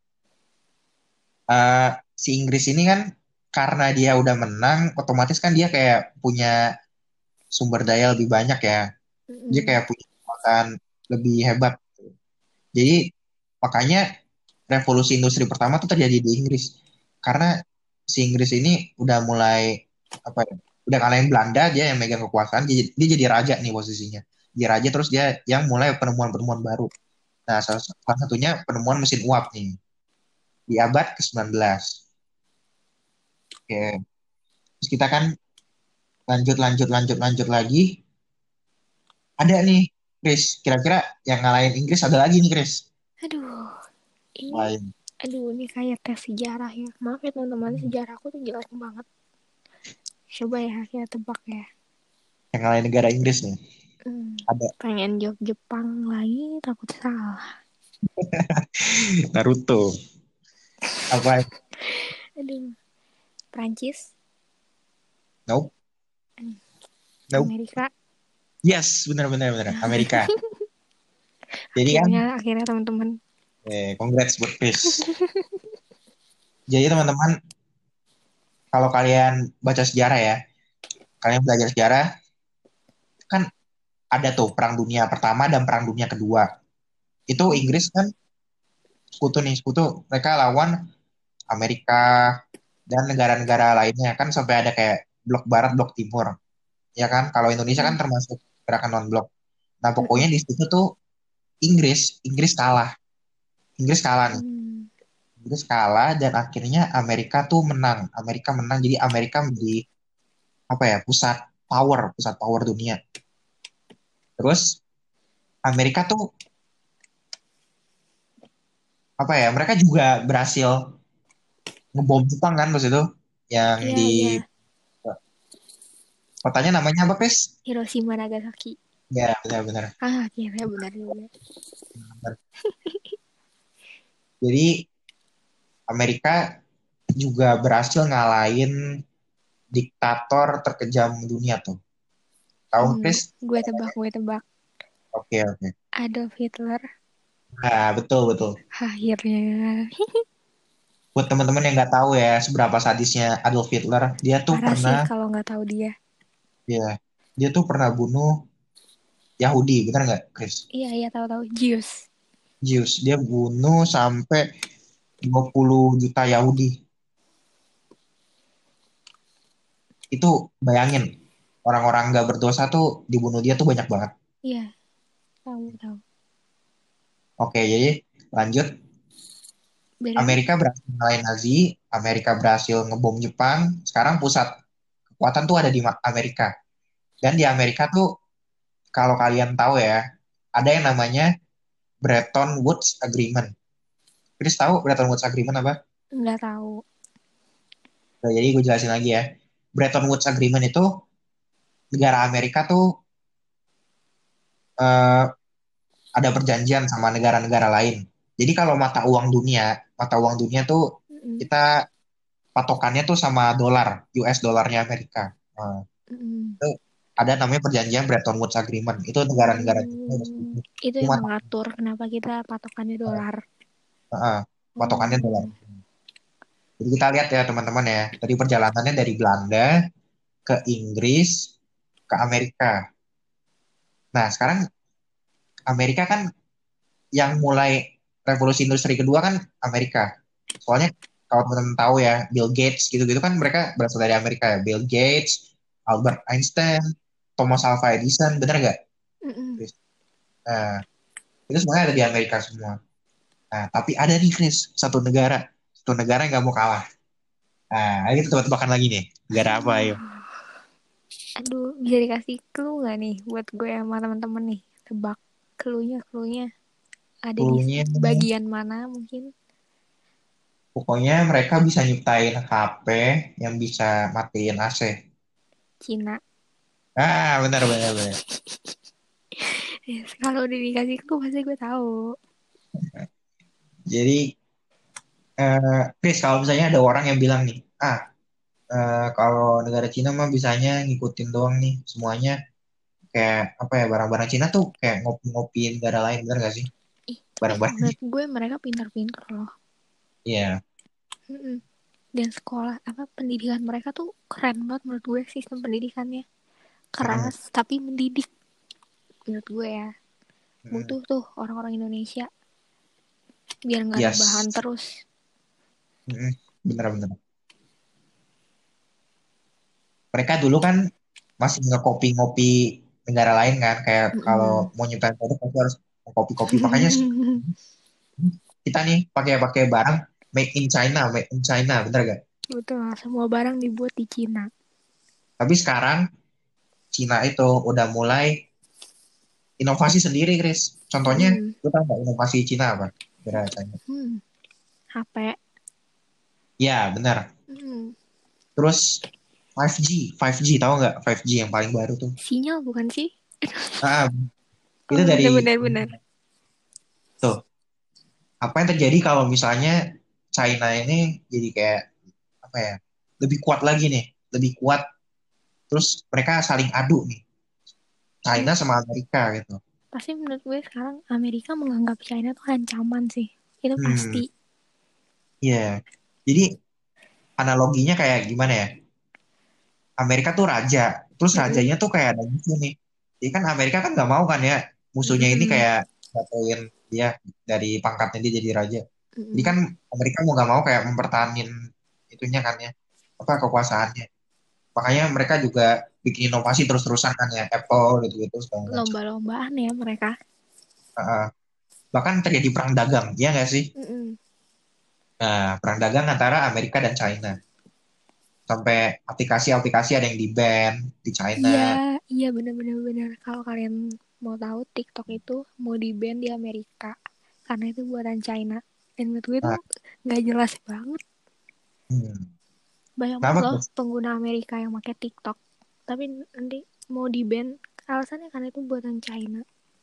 Eh, si Inggris ini kan karena dia udah menang, otomatis kan dia kayak punya sumber daya lebih banyak ya. Dia Mm-mm. kayak punya kekuatan lebih hebat. Jadi makanya revolusi industri pertama tuh terjadi di Inggris. Karena si Inggris ini udah mulai apa ya? Udah kalahin Belanda, dia yang megang kekuasaan, dia, dia jadi raja nih posisinya. Dia raja terus dia yang mulai penemuan-penemuan baru. Nah, salah, salah satunya penemuan mesin uap nih di abad ke sembilan belas. Oke. Terus kita kan lanjut lanjut lanjut lanjut lagi. Ada nih, Chris. Kira-kira yang ngalahin Inggris ada lagi nih, Chris. Aduh, ini Lain. aduh ini kayak tes sejarah ya. Maaf ya teman-teman, sejarah aku tuh jelek banget. Coba ya kita tebak ya. Yang ngalahin negara Inggris nih. Hmm, Ada pengen jawab Jepang lagi, takut salah. Naruto. Apa? Aduh, Prancis, Nope. hmm, Nope. Amerika. Yes, benar benar benar. Amerika. Jadi kan, Akhirnya, akhirnya teman-teman. eh, congrats buat Chris. Jadi teman-teman, kalau kalian baca sejarah ya, kalian belajar sejarah, kan ada tuh Perang Dunia Pertama dan Perang Dunia Kedua. Itu Hmm, Inggris kan sekutu nih, sekutu. Mereka lawan Amerika dan negara-negara lainnya. Kan sampai ada kayak blok Barat, blok Timur. Ya kan, kalau Indonesia kan hmm, termasuk gerakan non-blok. Nah, pokoknya hmm, di situ tuh Inggris, Inggris kalah. Inggris kalah nih. hmm. Inggris kalah dan akhirnya Amerika tuh menang. Amerika menang, jadi Amerika menjadi apa ya, pusat power, pusat power dunia. Terus Amerika tuh apa ya, mereka juga berhasil ngebom Jepang kan pas itu yang Iya, di iya. kotanya namanya apa, Pes? Hiroshima, Nagasaki. Ya, benar-benar. Ah, akhirnya benar juga. Jadi Amerika juga berhasil ngalahin diktator terkejam dunia tuh. Tahu, Hmm, Pes? gue tebak, gue tebak. Oke, oke. Adolf Hitler. Nah, betul, betul. Akhirnya. Buat teman-teman yang nggak tahu ya seberapa sadisnya Adolf Hitler, dia tuh Parah sih pernah, kalau nggak tahu dia. ya, dia tuh pernah bunuh Yahudi, benar nggak, Chris? Iya, iya tahu-tahu. Jews. Jews, dia bunuh sampai dua puluh juta Yahudi. Itu bayangin, orang-orang nggak berdosa tuh dibunuh dia tuh banyak banget. Iya, tahu tahu. Oke, jadi lanjut. Berarti Amerika berhasil ngalahin Nazi, Amerika berhasil ngebom Jepang. Sekarang pusat kekuatan tuh ada di Ma- Amerika. Dan di Amerika tuh, kalau kalian tahu ya, ada yang namanya Bretton Woods Agreement. Chris tahu Bretton Woods Agreement apa? nggak tahu. Nah, jadi gue jelasin lagi ya. Bretton Woods Agreement itu negara Amerika tuh eh, ada perjanjian sama negara-negara lain. Jadi kalau mata uang dunia, mata uang dunia tuh Mm-mm. kita patokannya tuh sama dolar, U S dolarnya Amerika. Nah, Mm-mm. itu ada namanya perjanjian Bretton Woods Agreement. Itu negara-negara itu harus Hmm, setuju. itu Itu yang mata, mengatur kenapa kita patokannya dolar. eh, patokannya dolar. Oh, Jadi kita lihat ya teman-teman ya. Tadi perjalanannya dari Belanda ke Inggris ke Amerika. Nah, sekarang Amerika kan yang mulai revolusi industri kedua kan Amerika. Soalnya kalau teman-teman tahu ya, Bill Gates gitu-gitu kan mereka berasal dari Amerika ya. Bill Gates, Albert Einstein, Thomas Alva Edison, bener nggak? mm-mm. Chris? Nah, itu semuanya ada di Amerika semua. Nah, tapi ada nih Chris, satu negara, satu negara yang nggak mau kalah. Nah, ayo kita tebak-tebakan lagi nih. Negara apa, ayo? Aduh, bisa dikasih clue nggak nih buat gue sama teman-teman nih? Tebak clue-nya, clue-nya ada di Cluenya, bagian mana mungkin? pokoknya mereka bisa nyiptain H P yang bisa matiin A C. Cina. Ah, benar, benar, benar. Yes, kalau udah dikasih clue pasti gue tahu. Jadi, eh, Chris, kalau misalnya ada orang yang bilang nih, ah, eh, kalau negara Cina mah bisanya ngikutin doang nih semuanya kayak apa ya barang-barang Cina tuh kayak ngopi-ngopiin negara lain bener gak sih? Ih, tapi Barang-barang menurut gue mereka pintar-pintar loh. iya. Mm-mm. Dan sekolah apa pendidikan mereka tuh keren banget menurut gue, sistem pendidikannya Mm-mm. keras tapi mendidik menurut gue ya. Mm-mm. Butuh tuh orang-orang Indonesia biar nggak rebahan Yes. terus. Mm-mm. Bener-bener. Mereka dulu kan masih ngekopi-ngopi negara lain kan kayak kalau Mm-mm. mau nyiptain produk pasti harus kopi-kopi makanya kita nih pakai-pakai barang made in China, made in China, bener gak? Betul, semua barang dibuat di Cina. Tapi sekarang Cina itu udah mulai inovasi sendiri, Chris. Contohnya, Mm-mm. lu tahu nggak inovasi Cina apa? Kira-kira. Hmm, H P. Ya, benar. Hmm. Terus lima G, lima G tahu nggak? lima G yang paling baru tuh. Sinyal bukan sih? Ah, itu Oh, dari benar-benar benar. tuh. Apa yang terjadi kalau misalnya China ini jadi kayak apa ya? Lebih kuat lagi nih, lebih kuat. Terus mereka saling adu nih, Hmm. China sama Amerika gitu. Pasti menurut gue sekarang Amerika menganggap China tuh ancaman sih. Itu Hmm, pasti. iya. Yeah. Jadi analoginya kayak gimana ya? Amerika tuh raja, terus Mm-mm. rajanya tuh kayak ada musuh nih. Jadi kan Amerika kan nggak mau kan ya musuhnya ini Mm-mm. kayak jatuhin dia dari pangkatnya dia jadi raja. Jadi kan Mm-mm. Amerika mau nggak mau kayak mempertahankan itunya kan ya apa kekuasaannya. Makanya mereka juga bikin inovasi terus-terusan kan ya Apple gitu-gitu segala macam. Lomba-lombaan ya mereka. Uh, bahkan terjadi perang dagang, ya nggak sih? Mm-mm. Nah, perang dagang antara Amerika dan China. Sampai aplikasi-aplikasi ada yang di-ban di China. Iya, iya benar-benar benar. Kalau kalian mau tahu TikTok itu mau di-ban di Amerika karena itu buatan China. Dan menurut gue itu Nah, nggak jelas banget. hmm. Banyak banget Kenapa loh tuh? pengguna Amerika yang pakai TikTok. Tapi nanti mau di-ban alasannya karena itu buatan China.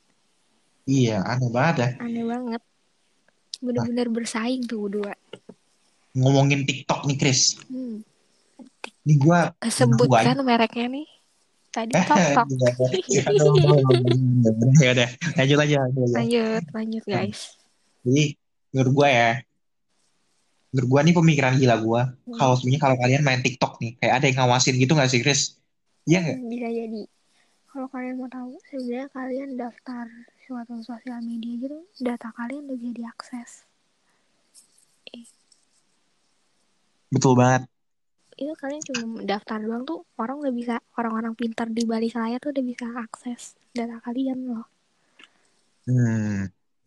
Iya, aneh banget ya. Aneh banget. Nah, Bener-bener bersaing tuh dua. ngomongin TikTok nih, Chris. Hmm. Ini gua Kesebut nunggu aja. kan mereknya nih. Tadi Eh, Tok Tok. gila. Aduh, ya udah, lanjut aja, lanjut aja. Lanjut, lanjut Nah, guys. jadi menurut gua ya, menurut gua nih pemikiran gila gua. Hmm. Kalau sebenarnya kalau kalian main TikTok nih, kayak ada yang ngawasin gitu nggak sih, Chris? Iya nggak? Hmm, bisa jadi. Kalau kalian mau tahu, sebenarnya kalian daftar suatu sosial media gitu, data kalian udah bisa diakses. Eh, Betul banget. itu kalian cuma daftar doang tuh orang udah bisa, orang-orang pintar di balik layar tuh udah bisa akses data kalian loh. Hmm.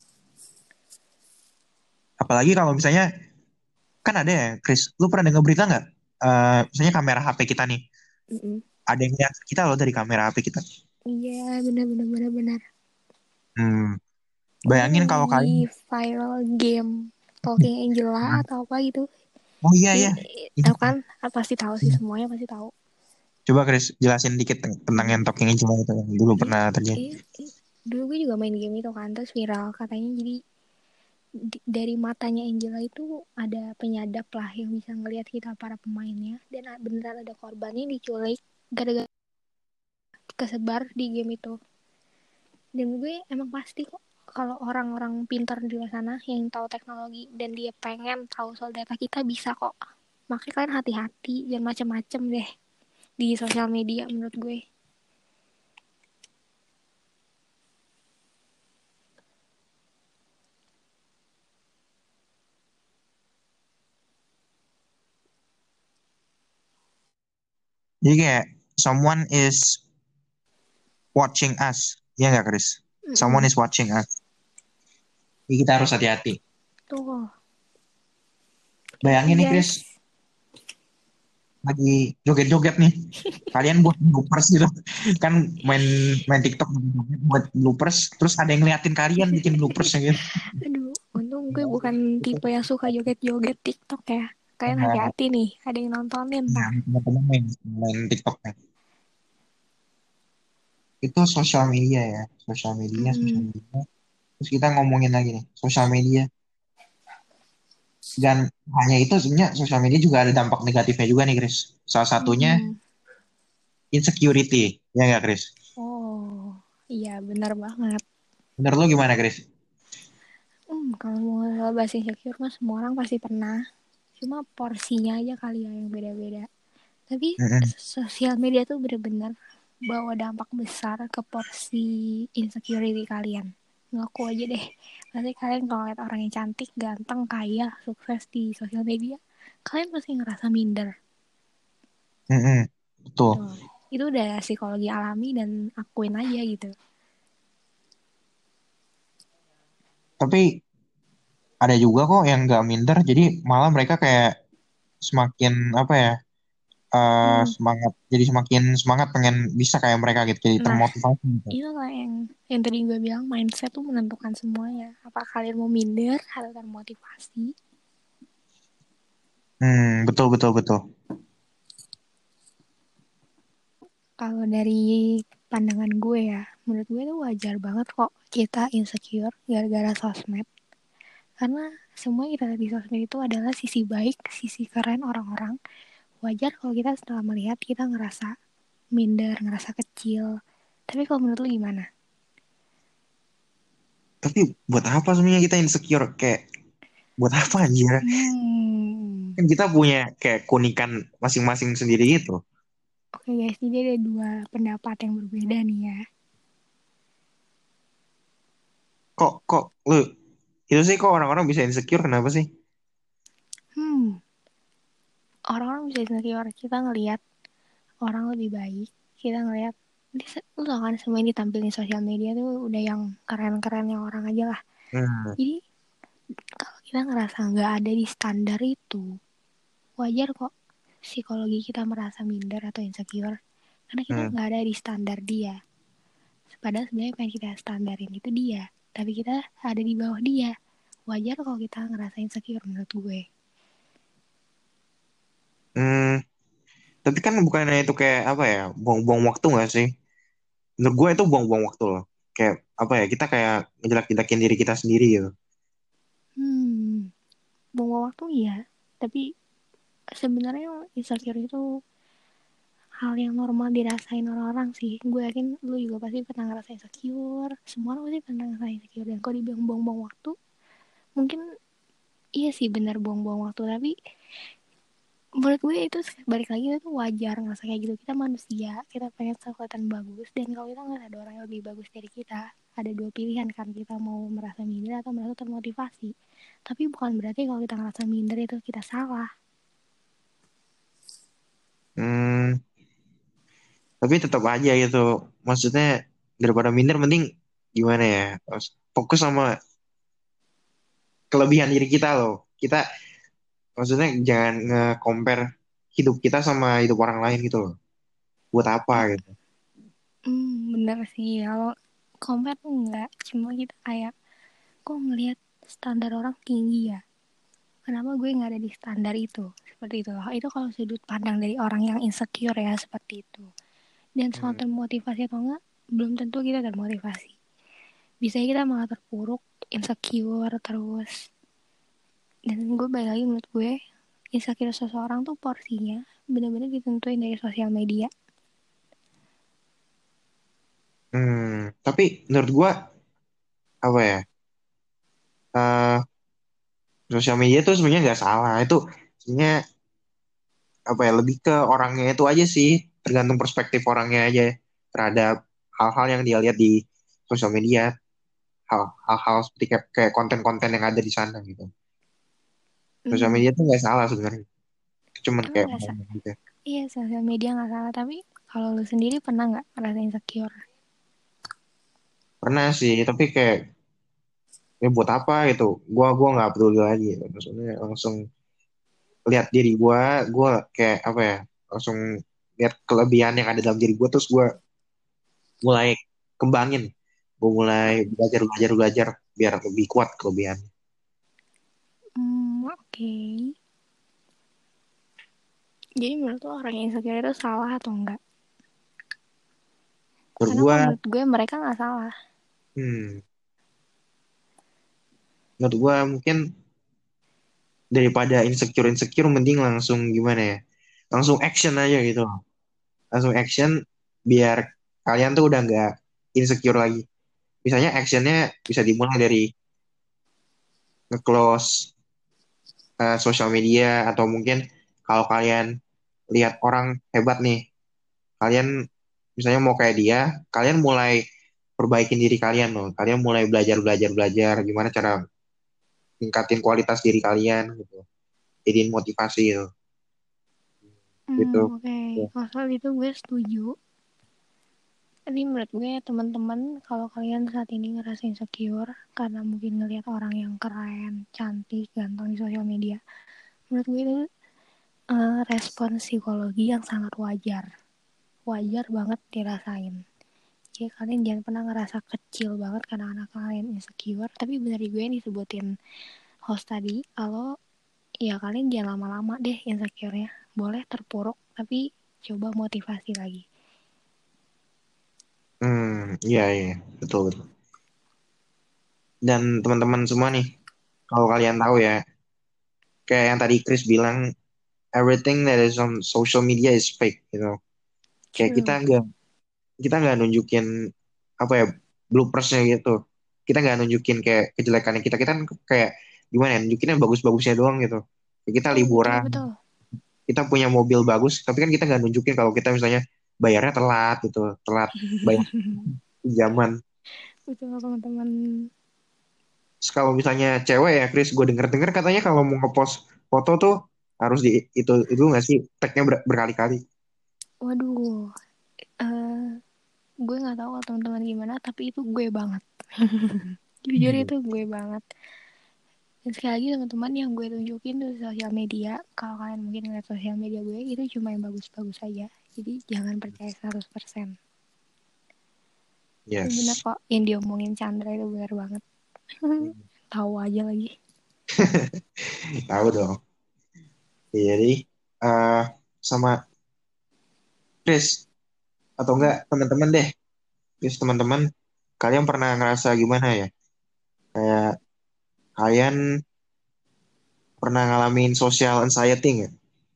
Apalagi kalau misalnya kan ada ya, Chris, lu pernah dengar berita nggak? Eh, misalnya kamera H P kita nih, Mm-mm. ada yang lihat kita loh dari kamera H P kita. Iya, benar-benar benar-benar. Hmm. Kemarin Bayangin yang kalau lagi kalian, viral game Talking Angela atau apa gitu. oh iya Ini ya, tahu kan? Ah, pasti tahu sih, semuanya pasti tahu. coba Chris jelasin dikit ten- tentang yang Hmm. talking angel itu yang dulu Jadi, pernah terjadi. ini, ini- dulu gue juga main game itu kan, terus viral katanya. Jadi di- dari matanya Angela itu ada penyadap lah yang bisa ngelihat kita para pemainnya, dan beneran ada korbannya diculik gara-gara kesebar di game itu. Dan gue emang pasti kok kalau orang-orang pintar di luar sana yang tahu teknologi dan dia pengen tahu soal data kita bisa kok. Makanya kalian hati-hati, jangan macem-macem deh di sosial media menurut gue. Jadi kayak someone is watching us, ya nggak Chris? Someone Mm-mm. is watching us. Jadi kita harus hati-hati. Tuh, hati-hati Bayangin nih Chris, guys. lagi joget-joget nih. Kalian buat bloopers gitu. Kan main main TikTok buat bloopers, terus ada yang ngeliatin kalian bikin bloopersnya gitu. Aduh, untung gue bukan tipe yang suka joget-joget TikTok ya. Kalian Nah, hati-hati nih, ada yang nontonin nah, ntar. teman-teman main, main TikTok nih. Itu sosial media ya, sosial media, sosial Mm-mm. media. Terus kita ngomongin lagi nih, sosial media. Dan hanya itu sebenarnya sosial media juga ada dampak negatifnya juga nih, Chris. Salah satunya Mm-mm. insecurity, ya nggak, Chris? Oh, iya benar banget. Menurut lo gimana, Chris? Hmm, kalau mau bahas insecure mah semua orang pasti pernah. Cuma porsinya aja kali ya yang beda-beda. Tapi Mm-mm. sosial media tuh bener-bener bawa dampak besar ke porsi insecurity kalian. Ngaku aja deh. Pasti kalian kalau lihat orang yang cantik, ganteng, kaya, sukses di sosial media, kalian pasti ngerasa minder. Mm-mm. Betul. Tuh, itu udah psikologi alami dan akuin aja gitu. Tapi ada juga kok yang nggak minder, jadi malah mereka kayak semakin apa ya, eh, Hmm. semangat, jadi semakin semangat pengen bisa kayak mereka gitu, jadi Nah, termotivasi gitu. itu lah yang yang tadi gue bilang, mindset tuh menentukan semuanya. Apa kalian mau minder atau termotivasi? Hmm, betul betul betul. Kalau dari pandangan gue ya, menurut gue tuh wajar banget kok kita insecure gara-gara sosmed. Karena semua yang kita lihat di sosmed itu adalah sisi baik, sisi keren orang-orang. Wajar kalau kita setelah melihat kita ngerasa minder, ngerasa kecil. Tapi kalau menurut lu gimana? Tapi buat apa sebenarnya kita insecure? Kayak buat apa anjir? Hmm. Kan kita punya kayak keunikan masing-masing sendiri gitu. Oke guys, jadi ada dua pendapat yang berbeda nih ya. Kok kok lu itu sih kok orang-orang bisa insecure kenapa sih? Hmm, orang-orang bisa insecure. Kita ngelihat orang lebih baik, kita ngelihat, lu tau kan semua yang ditampilin di sosial media tuh udah yang keren-keren yang orang aja lah. Hmm. Jadi kalau kita ngerasa nggak ada di standar itu, wajar kok psikologi kita merasa minder atau insecure, karena kita Hmm. nggak ada di standar dia. Padahal sebenarnya pengen kita standarin itu dia, tapi kita ada di bawah dia. Wajar kalau kita ngerasa insecure menurut gue. Hmm. Tapi kan bukannya itu kayak apa ya, buang-buang waktu nggak sih? Menurut gue itu buang-buang waktu loh. Kayak apa ya, kita kayak ngejelak-jelakin diri kita sendiri gitu. Hmm, buang waktu iya, tapi sebenarnya insecure itu hal yang normal dirasain orang-orang sih. Gue yakin lu juga pasti pernah ngerasain insecure. Semua orang pasti pernah ngerasain insecure. Dan kalau dibilang buang-buang waktu, mungkin iya sih benar buang-buang waktu. Tapi menurut gue itu balik lagi itu wajar ngerasa kayak gitu. Kita manusia, kita pengen kelihatan bagus. Dan kalau kita nggak ada orang yang lebih bagus dari kita, ada dua pilihan kan, kita mau merasa minder atau merasa termotivasi. Tapi bukan berarti kalau kita ngerasa minder itu kita salah. Hmm, tapi tetap aja gitu. Maksudnya daripada minder mending gimana ya? Fokus sama kelebihan diri kita loh. Kita maksudnya jangan nge-compare hidup kita sama hidup orang lain gitu loh. Buat apa gitu. Hmm, bener sih. Kalau compare tuh enggak. Cuma kita kayak, kok ngelihat standar orang tinggi ya? Kenapa gue nggak ada di standar itu? Seperti itu. Itu kalau sudut pandang dari orang yang insecure ya, seperti itu. Dan soal Hmm. termotivasi atau enggak, belum tentu kita termotivasi. Bisa kita malah terpuruk, insecure terus. Dan gue balik lagi, menurut gue, insecure seseorang tuh porsinya benar-benar ditentuin dari sosial media. Hmm, tapi menurut gua apa ya? eh Sosial media tuh sebenarnya nggak salah. Itu sebenarnya apa ya? Lebih ke orangnya itu aja sih. Tergantung perspektif orangnya aja terhadap hal-hal yang dia lihat di sosial media. Hal- Hal-hal seperti kayak, kayak konten-konten yang ada di sana gitu. Sosial Hmm, media tuh nggak salah sebenarnya. Cuman emang kayak nggak orang sih? gitu. Iya, sosial media nggak salah. Tapi kalau lu sendiri pernah nggak merasa insecure? Pernah sih, tapi kayak ya buat apa gitu. Gua gua nggak peduli lagi. Maksudnya langsung lihat diri gua, gua kayak apa ya? Langsung lihat kelebihan yang ada dalam diri gua terus gua mulai kembangin. Gue mulai belajar belajar belajar biar lebih kuat kelebihan. Hmm, oke. Okay. Jadi menurut lo orang yang insecure itu salah atau enggak? Menurut Karena gua, kalau menurut gue mereka nggak salah. hmm, menurut gua mungkin daripada insecure insecure mending langsung gimana ya? Langsung action aja gitu loh. Langsung action biar kalian tuh udah nggak insecure lagi. Misalnya actionnya bisa dimulai dari nge-close eh, sosial media atau mungkin kalau kalian lihat orang hebat nih, kalian misalnya mau kayak dia, kalian mulai perbaikin diri kalian loh. Kalian mulai belajar belajar belajar gimana cara tingkatin kualitas diri kalian gitu. Jadiin motivasi gitu. Hmm, Gitu. oke. Okay. Ya. Kalau soal itu gue setuju. Tapi menurut gue teman-teman, kalau kalian saat ini ngerasa insecure karena mungkin ngelihat orang yang keren, cantik, ganteng di sosial media, menurut gue itu uh, respon psikologi yang sangat wajar. Wajar banget dirasain. Jadi kalian jangan pernah ngerasa kecil banget karena anak kalian insecure. Tapi benar gue yang disebutin host tadi, kalau ya kalian jangan lama-lama deh insecure-nya. Boleh terpuruk, tapi coba motivasi lagi. Hmm, iya iya, betul betul. Dan teman-teman semua nih, kalau kalian tahu ya, kayak yang tadi Chris bilang, everything that is on social media is fake gitu. Kayak kita True. nggak kita nggak nunjukin apa ya bloopersnya gitu. Kita nggak nunjukin kayak kejelekannya kita. Kita kan kayak gimana ya, nunjukin yang bagus-bagusnya doang gitu. Kayak kita Betul, betul, liburan, betul. kita punya mobil bagus, tapi kan kita nggak nunjukin kalau kita misalnya bayarnya telat gitu, telat bayar pinjaman. Betul, teman-teman. Terus kalau misalnya cewek ya, Chris, gue denger-denger katanya kalau mau ngepost foto tuh harus di itu itu nggak sih tagnya ber- berkali-kali. Waduh, eh gue nggak tahu kalau teman-teman gimana, tapi itu gue banget. Jujur Hmm. itu gue banget. Dan sekali lagi teman-teman yang gue tunjukin tuh sosial media, kalau kalian mungkin ngeliat sosial media gue, itu cuma yang bagus-bagus aja. Jadi jangan percaya seratus persen. Itu benar Yes. kok, yang diomongin Chandra itu benar banget. Tahu aja lagi. Tahu dong. Jadi eh sama Chris atau enggak teman-teman deh, Chris teman-teman, kalian pernah ngerasa gimana ya? Kayak kalian pernah ngalamin social anxiety nggak?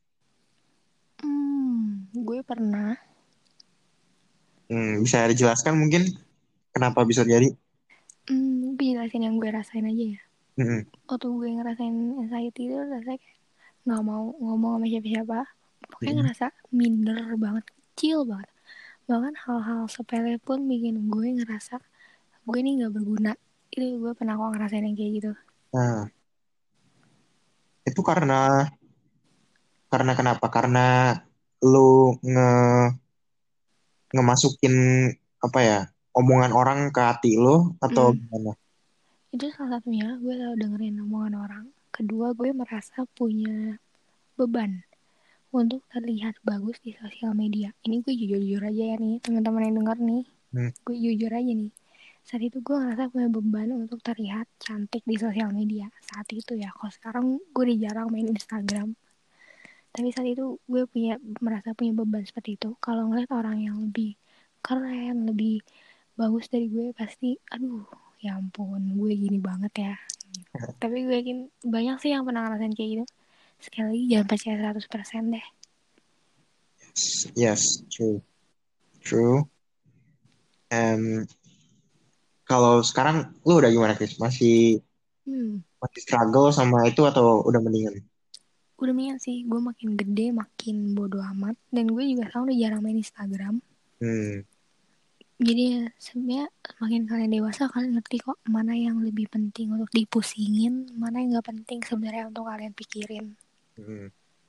Hmm, gue pernah. Hmm, bisa dijelaskan mungkin kenapa bisa jadi? Hmm, gue jelasin yang gue rasain aja ya. Hmm, Waktu gue ngerasain anxiety itu rasanya kayak nggak mau ngomong sama siapa-siapa. Pokoknya hmm. ngerasa minder banget, kecil banget. Bahkan hal-hal sepele pun bikin gue ngerasa gue ini nggak berguna. Itu gue pernah kok ngerasain yang kayak gitu. Nah, itu karena karena kenapa? Karena lu nge ngemasukin apa ya omongan orang ke hati lu atau Hmm, gimana? itu salah satunya gue selalu dengerin omongan orang. Kedua, gue merasa punya beban untuk terlihat bagus di sosial media. Ini gue jujur-jujur aja ya nih, teman-teman yang denger nih. Hmm. Gue jujur aja nih. Saat itu gue ngerasa punya beban untuk terlihat cantik di sosial media. Saat itu ya, kalau sekarang gue udah jarang main Instagram. Tapi saat itu gue punya merasa punya beban seperti itu. Kalau ngeliat orang yang lebih keren, lebih bagus dari gue, pasti aduh ya ampun gue gini banget ya. Tapi gue yakin banyak sih yang pernah ngerasain kayak gitu. Sekali lagi jangan percaya seratus persen deh. Yes, yes, true, true. And kalau sekarang lu udah gimana, Chris? Masih Hmm, masih struggle sama itu atau udah mendingan? udah mendingan sih. Gue makin gede makin bodo amat. Dan gue juga sekarang udah jarang main Instagram. Hmm, Jadi ya sebenarnya makin kalian dewasa kalian ngerti kok mana yang lebih penting untuk dipusingin, mana yang gak penting sebenarnya untuk kalian pikirin. hmm.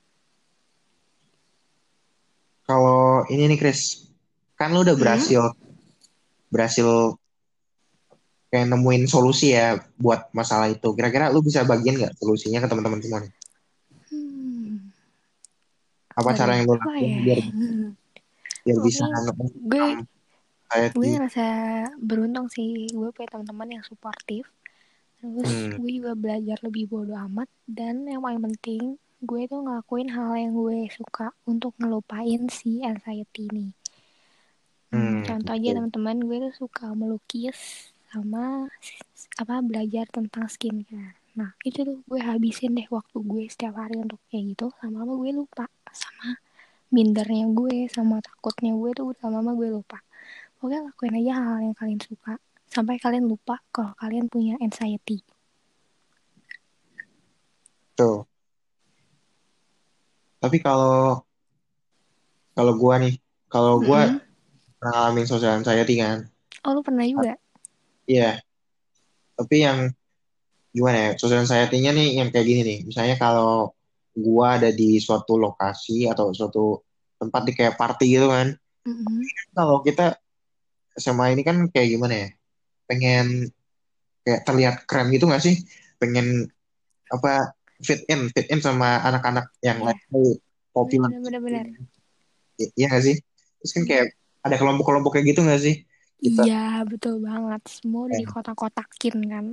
Kalau ini nih, Chris, kan lu udah Hmm? berhasil berhasil kayak nemuin solusi ya buat masalah itu. Kira-kira lu bisa bagiin nggak solusinya ke teman-teman semua nih? Hmm. Apa cara Waduh, yang lu apa lakuin ya? biar Hmm. biar bisa Oke, gue nge-overcome gue anxiety? ngerasa beruntung sih gue punya teman-teman yang suportif. Terus Hmm, gue juga belajar lebih bodo amat dan yang paling penting gue tuh ngelakuin hal yang gue suka untuk ngelupain si anxiety ini. Hmm, hmm, contoh aja oke. teman-teman gue tuh suka melukis sama apa belajar tentang skincare. Nah itu tuh gue habisin deh waktu gue setiap hari untuk kayak gitu. Lama-lama gue lupa sama mindernya gue sama takutnya gue tuh lama-lama gue lupa. Pokoknya lakuin aja hal yang kalian suka sampai kalian lupa kalau kalian punya anxiety. Tuh. Tapi kalau kalau gua nih, kalau gua Mm-mm. pernah ngalamin social anxiety kan. Oh lu pernah juga? Iya, tapi yang gimana ya? Social anxiety-nya nih yang kayak gini nih. Misalnya kalau gua ada di suatu lokasi atau suatu tempat di kayak party gitu kan. Mm-mm. Kalau kita S M A ini kan kayak gimana ya? Pengen kayak terlihat keren gitu nggak sih? Pengen apa fit in, fit in sama anak-anak yang Iya, lain populer. bener-bener bener. I- Iya nggak sih? Terus kan kayak Mm. ada kelompok-kelompok kayak gitu nggak sih? Kita Iya betul banget. Semua udah eh, dikotak-kotakin kan.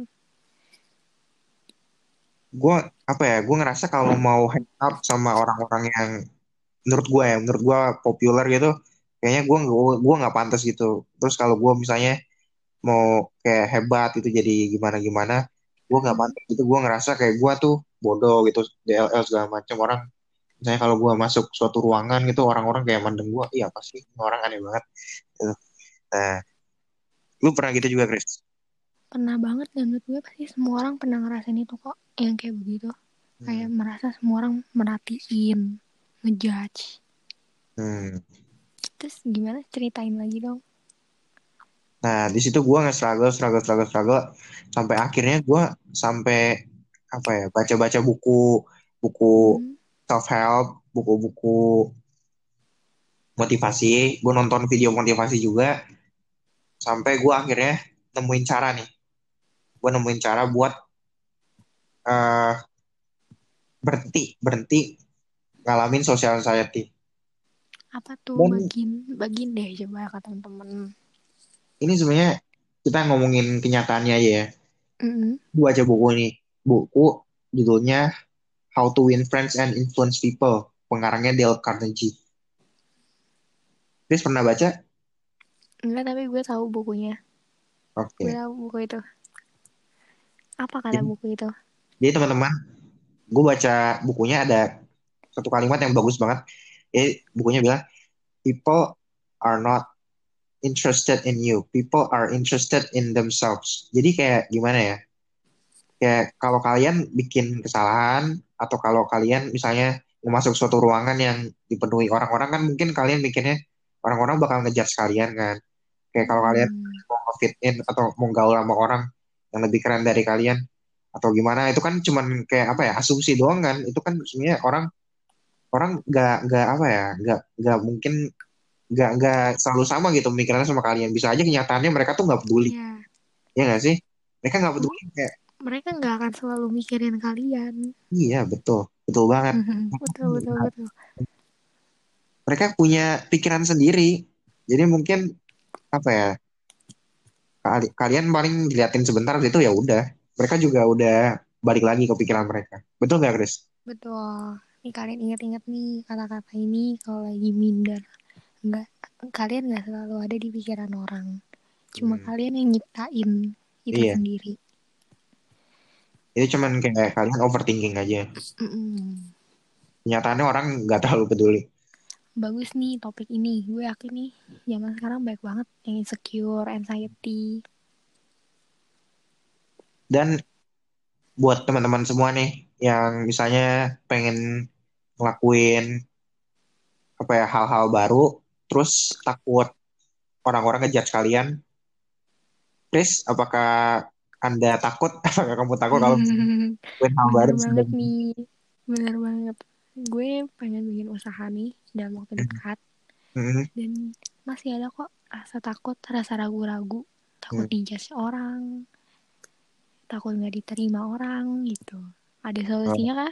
gue apa ya? Gue ngerasa kalau mau hang out sama orang-orang yang menurut gue ya, menurut gue populer gitu, kayaknya gue gue nggak pantas gitu. Terus kalau gue misalnya mau kayak hebat itu jadi gimana-gimana, gue nggak Mm. pantas gitu. Gue ngerasa kayak gue tuh bodoh gitu, D L L segala macam orang. Misalnya kalau gue masuk suatu ruangan gitu, orang-orang kayak mandeng gue, iya apa sih? Ini orang aneh banget. Gitu. Nah, lu pernah gitu juga, Chris? Pernah banget dan menurut gue pasti semua orang pernah ngerasain itu kok. Yang kayak begitu. Hmm. Kayak merasa semua orang merhatiin, ngejudge. Hmm. Terus gimana ceritain lagi dong. Nah, di situ gue nge-struggle, struggle, struggle, struggle, sampai akhirnya gue sampai apa ya, baca-baca buku, buku Hmm. self help, buku-buku motivasi, gue nonton video motivasi juga, sampai gue akhirnya nemuin cara nih, gue nemuin cara buat eh, berhenti, berhenti ngalamin social anxiety. Apa tuh Dan bagin bagin deh coba ke temen-temen. ini sebenarnya kita ngomongin kenyataannya aja ya. Mm-mm. Gue baca buku nih, buku judulnya How to Win Friends and Influence People, pengarangnya Dale Carnegie. Chris pernah baca? Enggak tapi gue tahu bukunya. Gue Oke. tahu buku itu. Apa kata Jadi, buku itu? jadi teman-teman, gue baca bukunya ada satu kalimat yang bagus banget. Jadi bukunya bilang, people are not interested in you, people are interested in themselves. Jadi kayak gimana ya? Kayak kalau kalian bikin kesalahan atau kalau kalian misalnya mau masuk suatu ruangan yang dipenuhi orang-orang kan mungkin kalian mikirnya orang-orang bakal ngejudge kalian kan. Kayak kalau kalian Hmm. mau fit in atau mau gaul sama orang yang lebih keren dari kalian atau gimana itu kan cuman kayak apa ya asumsi doang kan itu kan sebenarnya orang orang nggak nggak apa ya, nggak nggak mungkin nggak nggak selalu sama gitu pemikirannya sama kalian. Bisa aja kenyataannya mereka tuh nggak peduli, Iya. ya nggak sih? Mereka nggak M- peduli kayak, Mereka nggak akan selalu mikirin kalian. iya betul, betul banget. Betul, betul, betul. Mereka punya pikiran sendiri. Jadi mungkin apa ya? kali- Kalian paling diliatin sebentar gitu ya udah. Mereka juga udah balik lagi ke pikiran mereka. Betul nggak, Chris? Betul. Nih kalian ingat-ingat nih kata-kata ini kalau lagi minder. Nggak, kalian nggak selalu ada di pikiran orang. Cuma Hmm, kalian yang nyiptain itu iya. sendiri. Itu cuman kayak kalian overthinking aja. Mm-mm. Kenyataannya orang nggak terlalu peduli. Bagus nih topik ini. Gue yakin nih zaman sekarang baik banget yang insecure, anxiety. Dan buat teman-teman semua nih yang misalnya pengen ngelakuin apa ya hal-hal baru, terus takut orang-orang ngejudge kalian. Chris, apakah Anda takut? Apakah kamu takut kalau misalnya ngelakuin hal baru Bener banget sebelum? nih. Bener banget. Gue pengen bikin usaha nih dalam waktu dekat. Hmm, Dan masih ada kok rasa takut, rasa ragu-ragu. Takut hmm. dijudge orang, takut nggak diterima orang gitu. Ada Oh. solusinya kah?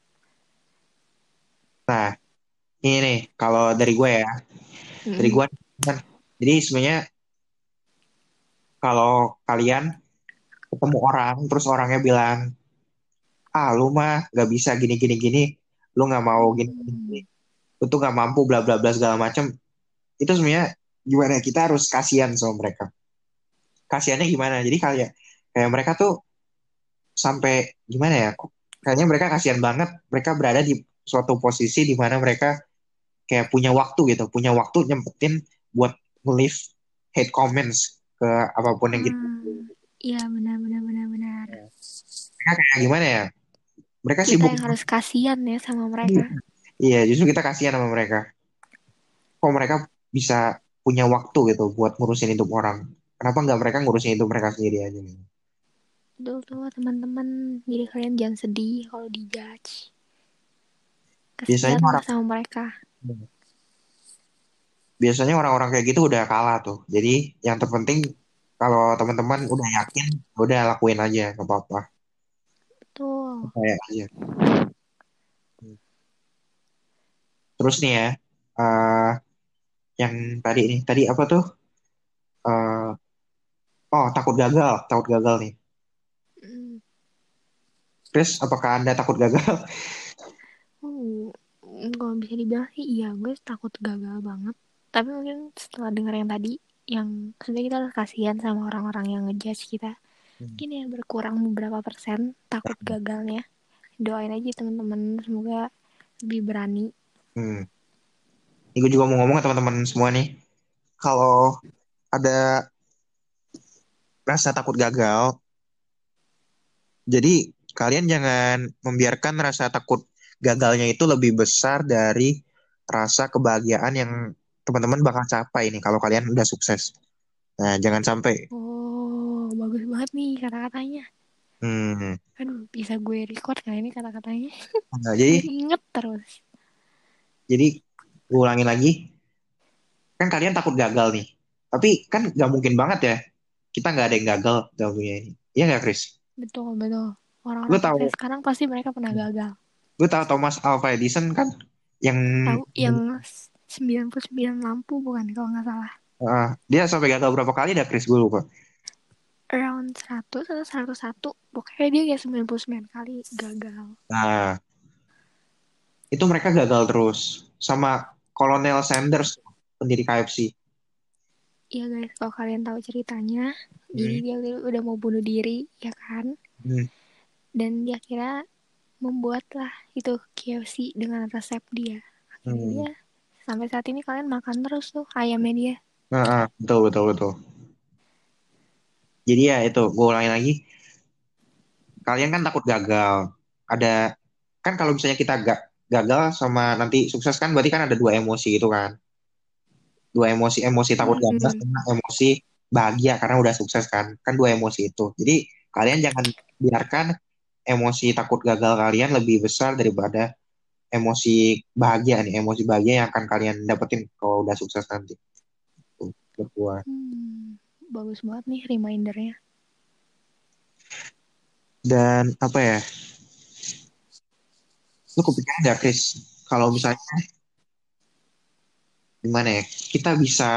Nah, ini nih kalau dari gue ya, dari Mm-mm. gue kan. Jadi sebenarnya kalau kalian ketemu orang, terus orangnya bilang, ah lu mah nggak bisa gini gini gini, lu nggak mau gini gini, gini. Hmm. Lu tuh nggak mampu bla bla bla segala macem. Itu sebenarnya gimana ya, kita harus kasihan sama mereka. Kasihannya gimana? Jadi kayak kayak mereka tuh sampai gimana ya? Kok kayaknya mereka kasihan banget. Mereka berada di suatu posisi di mana mereka kayak punya waktu gitu, punya waktu nyempetin buat nge-leave hate comments ke apapun yang kita. Hmm. Iya benar benar benar benar. Mereka kayak gimana ya? Mereka Kita sibuk. yang harus kasihan ya sama mereka. Iya, justru kita kasihan sama mereka. Kok mereka bisa punya waktu gitu buat ngurusin hidup orang? Kenapa nggak mereka ngurusin hidup mereka sendiri aja gitu? Betul tuh teman-teman. Jadi kalian jangan sedih kalau dijudge. Biasanya Kasihan lah orang sama mereka. biasanya orang-orang kayak gitu udah kalah tuh. Jadi yang terpenting kalau teman-teman udah yakin, udah lakuin aja, nggak apa-apa. Betul. Kayak aja. Terus nih ya, eh, yang tadi nih, tadi apa tuh? Eh, oh, takut gagal, takut gagal nih. Hmm. Chris, apakah Anda takut gagal? Hmm. Kalau bisa dibilang sih iya gue takut gagal banget. Tapi mungkin setelah denger yang tadi, yang sebenarnya kita harus kasihan sama orang-orang yang ngejudge kita. Mungkin ya berkurang beberapa persen takut gagalnya. Doain aja teman-teman semoga lebih berani. Hmm. Ini gue juga mau ngomong ke teman-teman semua nih. Kalau ada rasa takut gagal, jadi kalian jangan membiarkan rasa takut gagalnya itu lebih besar dari rasa kebahagiaan yang teman-teman bakal capai nih kalau kalian udah sukses. Nah, jangan sampai. Oh, bagus banget nih kata-katanya. Hmm. Aduh, bisa gue record gak ini kata-katanya? Nah, Biar jadi inget terus. jadi gue ulangin lagi. Kan kalian takut gagal nih. Tapi kan nggak mungkin banget ya. Kita nggak ada yang gagal dalam dunia ini. Iya nggak, Chris? Betul, betul. Lu Orang-orang sukses tahu, sekarang pasti mereka pernah gagal. lu tahu Thomas Alva Edison kan? Yang Tahu yang sembilan puluh sembilan lampu bukan kalau nggak salah. ah, dia sampai gagal berapa kali dah, Chris? Gue lupa. Around seratus atau seratus satu. Pokoknya dia kayak sembilan puluh sembilan kali gagal. Nah, itu mereka gagal terus. Sama Kolonel Sanders, pendiri K F C. Iya guys, kalau kalian tahu ceritanya, jadi Hmm. dia udah mau bunuh diri, ya kan? Hmm. Dan dia kira membuatlah itu K F C dengan resep dia. Akhirnya Hmm. dia sampai saat ini kalian makan terus tuh ayamnya dia. Nah, ah, betul, betul, betul. Jadi ya itu, gue ulangin lagi. Kalian kan takut gagal. Ada, kan kalau misalnya kita gak gagal sama nanti sukses kan berarti kan ada dua emosi itu kan. Dua emosi, emosi takut gagal Hmm. sama emosi bahagia karena udah sukses kan. Kan dua emosi itu. Jadi kalian jangan biarkan emosi takut gagal kalian lebih besar daripada emosi bahagia nih, emosi bahagia yang akan kalian dapetin kalau udah sukses nanti. Tuh, berdua. Hmm, bagus banget nih remindernya. Dan apa ya? Lu kepikiran nggak, Chris? Kalau misalnya gimana ya? Kita bisa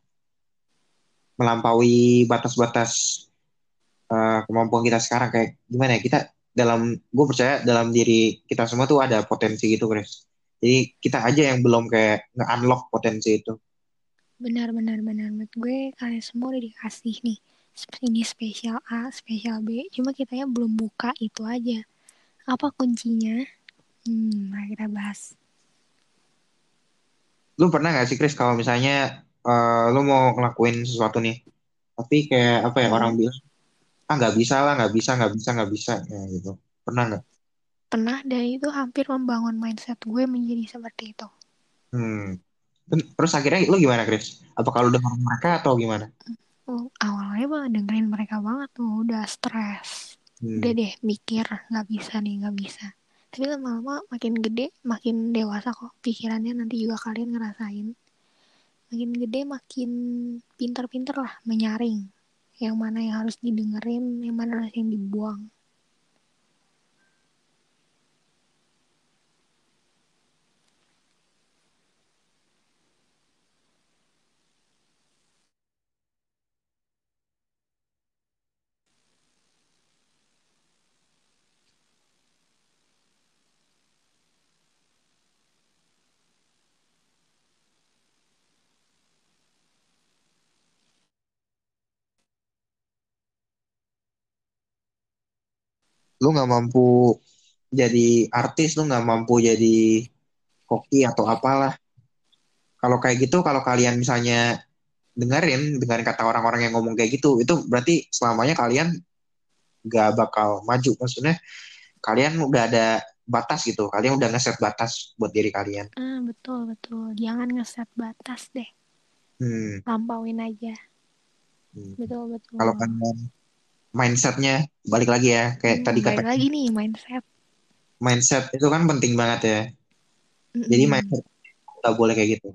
melampaui batas-batas eh, kemampuan kita sekarang kayak gimana ya? Kita dalam, gue percaya dalam diri kita semua tuh ada potensi gitu, Chris. Jadi kita aja yang belum kayak nge-unlock potensi itu. Benar, benar, benar. Menurut gue kalian semua udah dikasih nih. Ini spesial A, spesial B. Cuma kitanya belum buka itu aja. Apa kuncinya? Hmm, mari kita bahas. Lu pernah gak sih, Chris, kalau misalnya eh, lu mau ngelakuin sesuatu nih, tapi kayak apa ya, orang Hmm, bilang, ah nggak bisa lah, nggak bisa, nggak bisa, nggak bisa, ya gitu. Pernah nggak? pernah dan itu hampir membangun mindset gue menjadi seperti itu. Hmm. Terus akhirnya lu gimana, Chris? Apakah lu dengar mereka atau gimana? Oh, awalnya mah dengerin mereka banget tuh, udah stres. Udah Hmm. deh mikir, nggak bisa nih, nggak bisa. Tapi lama-lama makin gede, makin dewasa kok pikirannya, nanti juga kalian ngerasain. Makin gede, makin pinter-pinter lah menyaring. Yang mana yang harus didengerin, yang mana harus yang dibuang. Lu nggak mampu jadi artis, lu nggak mampu jadi koki atau apalah. Kalau kayak gitu, kalau kalian misalnya dengerin dengan kata orang-orang yang ngomong kayak gitu, itu berarti selamanya kalian nggak bakal maju. Maksudnya kalian udah ada batas gitu. Kalian udah ngeset batas buat diri kalian. Ah, betul, betul. Jangan ngeset batas deh. Hmm. Lampauin aja. Hmm. Betul, Kalau betul. kalian mindsetnya balik lagi ya, kayak tadi Hmm, kata balik lagi nih mindset. mindset itu kan penting banget ya. Jadi Mm-mm. mindset nggak boleh kayak gitu.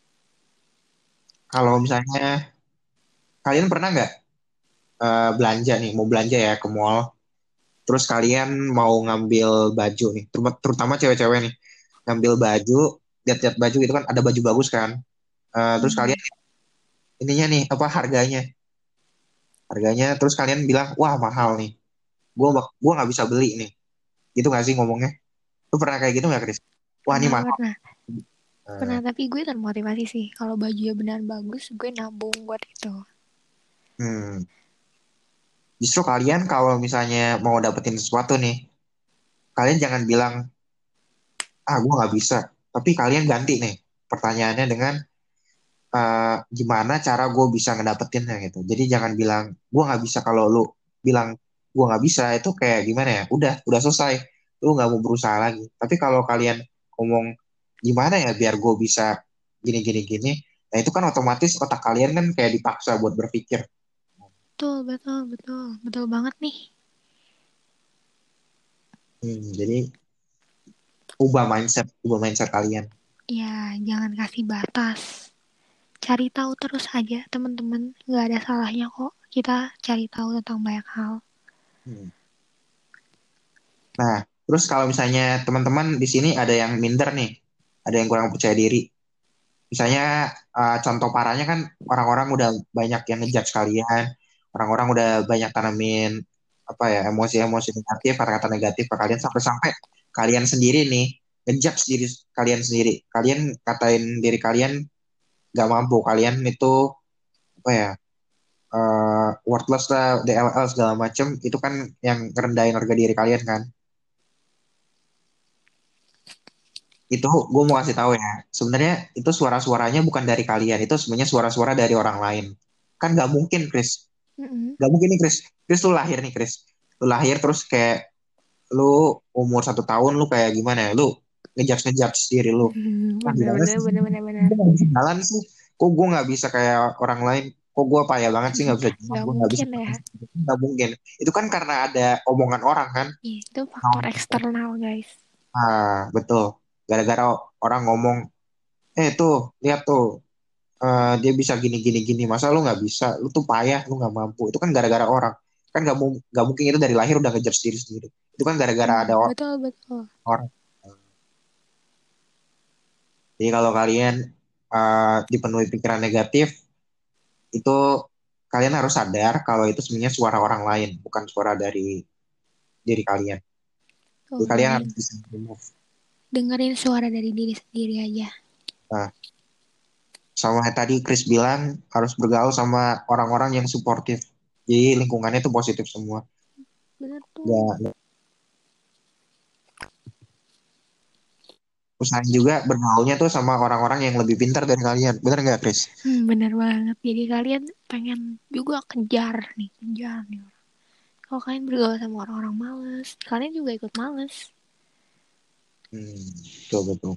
Kalau misalnya kalian pernah nggak eh, belanja nih, mau belanja ya ke mall, terus kalian mau ngambil baju nih, terut- terutama cewek-cewek nih, ngambil baju, lihat-lihat baju itu kan ada baju bagus kan. Eh, terus kalian Hmm. ininya nih apa harganya, harganya, terus kalian bilang wah mahal nih, gua bak- gua nggak bisa beli nih, gitu nggak sih ngomongnya? Lu pernah kayak gitu nggak, Chris? Wah ini Pernah, mahal. pernah. Pernah, Nah, tapi gue termotivasi sih. Kalau bajunya benar bagus, gue nabung buat itu. hmm. Justru kalian kalau misalnya mau dapetin sesuatu nih, kalian jangan bilang ah gue nggak bisa, tapi kalian ganti nih pertanyaannya dengan eh, gimana cara gue bisa ngedapetinnya gitu. Jadi jangan bilang gue nggak bisa. Kalau lu bilang gue nggak bisa itu kayak gimana ya? Udah, udah selesai. Lu nggak mau berusaha lagi. Tapi kalau kalian ngomong gimana ya biar gue bisa gini gini gini, nah itu kan otomatis otak kalian kan kayak dipaksa buat berpikir. Betul, betul, betul. Betul banget nih. Hmm, jadi ubah mindset, ubah mindset kalian. Ya, jangan kasih batas. Cari tahu terus aja, teman-teman. Nggak ada salahnya kok kita cari tahu tentang banyak hal. Hmm. Nah, terus kalau misalnya teman-teman di sini ada yang minder nih, ada yang kurang percaya diri. Misalnya uh, contoh parahnya kan orang-orang udah banyak yang ngejudge kalian, orang-orang udah banyak tanamin apa ya emosi-emosi negatif, kata-kata negatif ke kalian sampai-sampai kalian sendiri nih ngejudge diri kalian sendiri. Kalian katain diri kalian gak mampu, kalian itu apa ya uh, worthless lah, D L L segala macem. Itu kan yang ngerendahin harga diri kalian kan. Itu gue mau kasih tahu ya, sebenarnya itu suara-suaranya bukan dari kalian, itu sebenarnya suara-suara dari orang lain. Kan nggak mungkin, Chris. Mm-mm. Nggak mungkin nih, Chris. Chris lu lahir nih, Chris. Lu lahir terus kayak lu umur satu tahun lu kayak gimana ya? Lu ngejudge ngejudge diri lu. Wah, Bener, gimana bener, sih? bener, bener, bener. Gue nggak bisa jalan sih. Kok gue nggak bisa kayak orang lain? Kok gue payah banget sih nggak bisa jalan? Nggak Gue nggak bisa. mungkin ya. Nggak mungkin. Itu kan karena ada omongan orang kan. Itu faktor eksternal, guys. Ah, betul. gara-gara orang ngomong, eh tuh lihat tuh, eh, dia bisa gini gini gini, masa lu nggak bisa, lu tuh payah, lu nggak mampu. Itu kan gara-gara orang, kan nggak mu- nggak mungkin itu dari lahir udah ngejar diri sendiri. Itu kan gara-gara ada Hmm, or- betul betul. orang. Jadi kalau kalian eh, dipenuhi pikiran negatif, itu kalian harus sadar kalau itu sebenarnya suara orang lain, bukan suara dari diri kalian. Jadi Oh, kalian dan harus bisa remove. dengerin suara dari diri sendiri aja. Nah, sama tadi Chris bilang harus bergaul sama orang-orang yang suportif. Jadi lingkungannya itu positif semua. Bener tuh. Ya, usahain juga bergaulnya tuh sama orang-orang yang lebih pintar dari kalian. Bener nggak, Chris? Hmm, bener banget. Jadi kalian pengen juga kejar nih, kejar nih. Kalau kalian bergaul sama orang-orang males, kalian juga ikut males. Hmm, betul betul.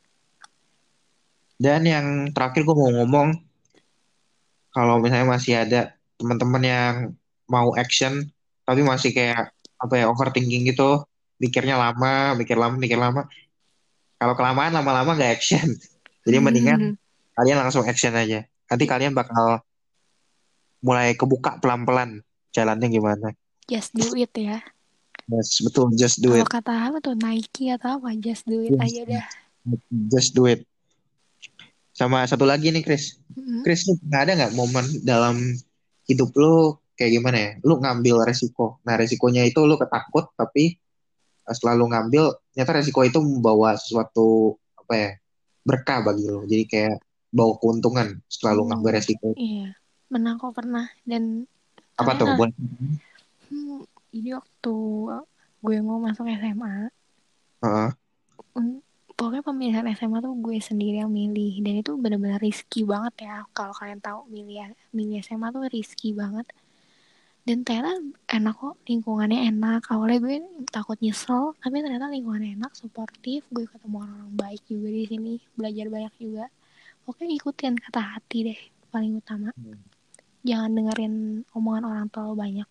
Dan yang terakhir gue mau ngomong, kalau misalnya masih ada teman-teman yang mau action tapi masih kayak apa ya overthinking gitu, mikirnya lama, mikir lama, mikir lama. Kalau kelamaan lama-lama nggak action. Jadi mendingan kalian langsung action aja. Nanti kalian bakal mulai kebuka pelan-pelan jalannya gimana. Just do it ya. Yes, betul, just do Kalau it. kata apa tuh Nike atau apa, just do it Yes, aja dah. just do it. Sama satu lagi nih, Chris. Mm-mm. Chris, lu nggak ada nggak momen dalam hidup lu kayak gimana ya? Lu ngambil resiko. Nah, resikonya itu lu ketakut, tapi eh, selalu ngambil, ternyata resiko itu membawa sesuatu apa ya? Berkah bagi lu. Jadi kayak bawa keuntungan selalu ngambil Oh, resiko. iya. Menang kok pernah. Dan Apa kalian tuh? ah, Boleh? hmm, ini waktu gue mau masuk S M A, Heeh. un- pokoknya pemilihan S M A tuh gue sendiri yang milih. Dan itu benar-benar risky banget ya. Kalau kalian tahu milih milih S M A tuh risky banget. Dan ternyata enak kok, lingkungannya enak. Awalnya gue takut nyesel, tapi ternyata lingkungannya enak, suportif. Gue ketemu orang-orang baik juga di sini, belajar banyak juga. Oke, ikutin kata hati deh, paling utama. Jangan dengerin omongan orang terlalu banyak.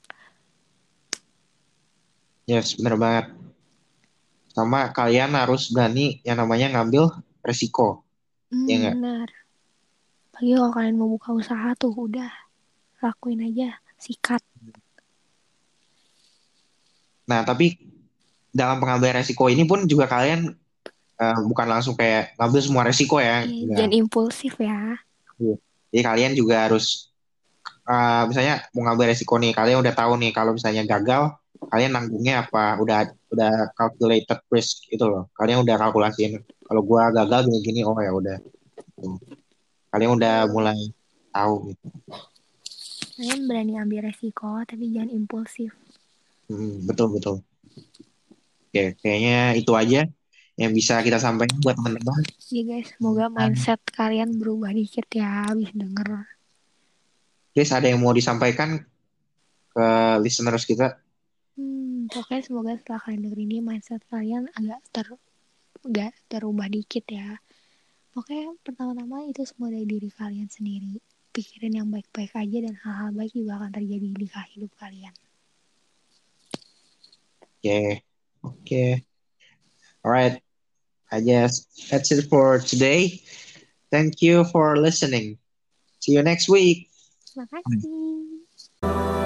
Yes, bener banget. Sama kalian harus berani yang namanya ngambil resiko. Ya Hmm, nggak? benar. Apalagi kalau kalian mau buka usaha tuh, udah lakuin aja, sikat. Nah, tapi dalam pengambilan resiko ini pun juga kalian eh, bukan langsung kayak ngambil semua resiko ya. Eh, Enggak. jangan impulsif ya. Iya. Jadi kalian juga harus eh, misalnya mau ngambil resiko nih, kalian udah tahu nih kalau misalnya gagal, kalian nanggungnya apa? Udah udah calculated risk itu loh. Kalian udah kalkulasiin kalau gua gagal gini-gini, oh ya udah. Tuh. Kalian udah mulai tahu gitu. Kalian berani ambil resiko, tapi jangan impulsif. Hmm, betul betul. Oke, kayaknya itu aja yang bisa kita sampaikan buat teman-teman. Ya guys, semoga mindset kalian berubah dikit ya habis denger. Guys, ada yang mau disampaikan ke listeners kita? Hmm, pokoknya semoga setelah kalian denger ini mindset kalian agak ter agak terubah dikit ya. Pokoknya pertama-tama itu semua dari diri kalian sendiri. Pikirin yang baik-baik aja dan hal-hal baik juga akan terjadi di hidup kalian. Oke, oke. Alright, I guess that's it for today. Thank you for listening. See you next week. Terima kasih.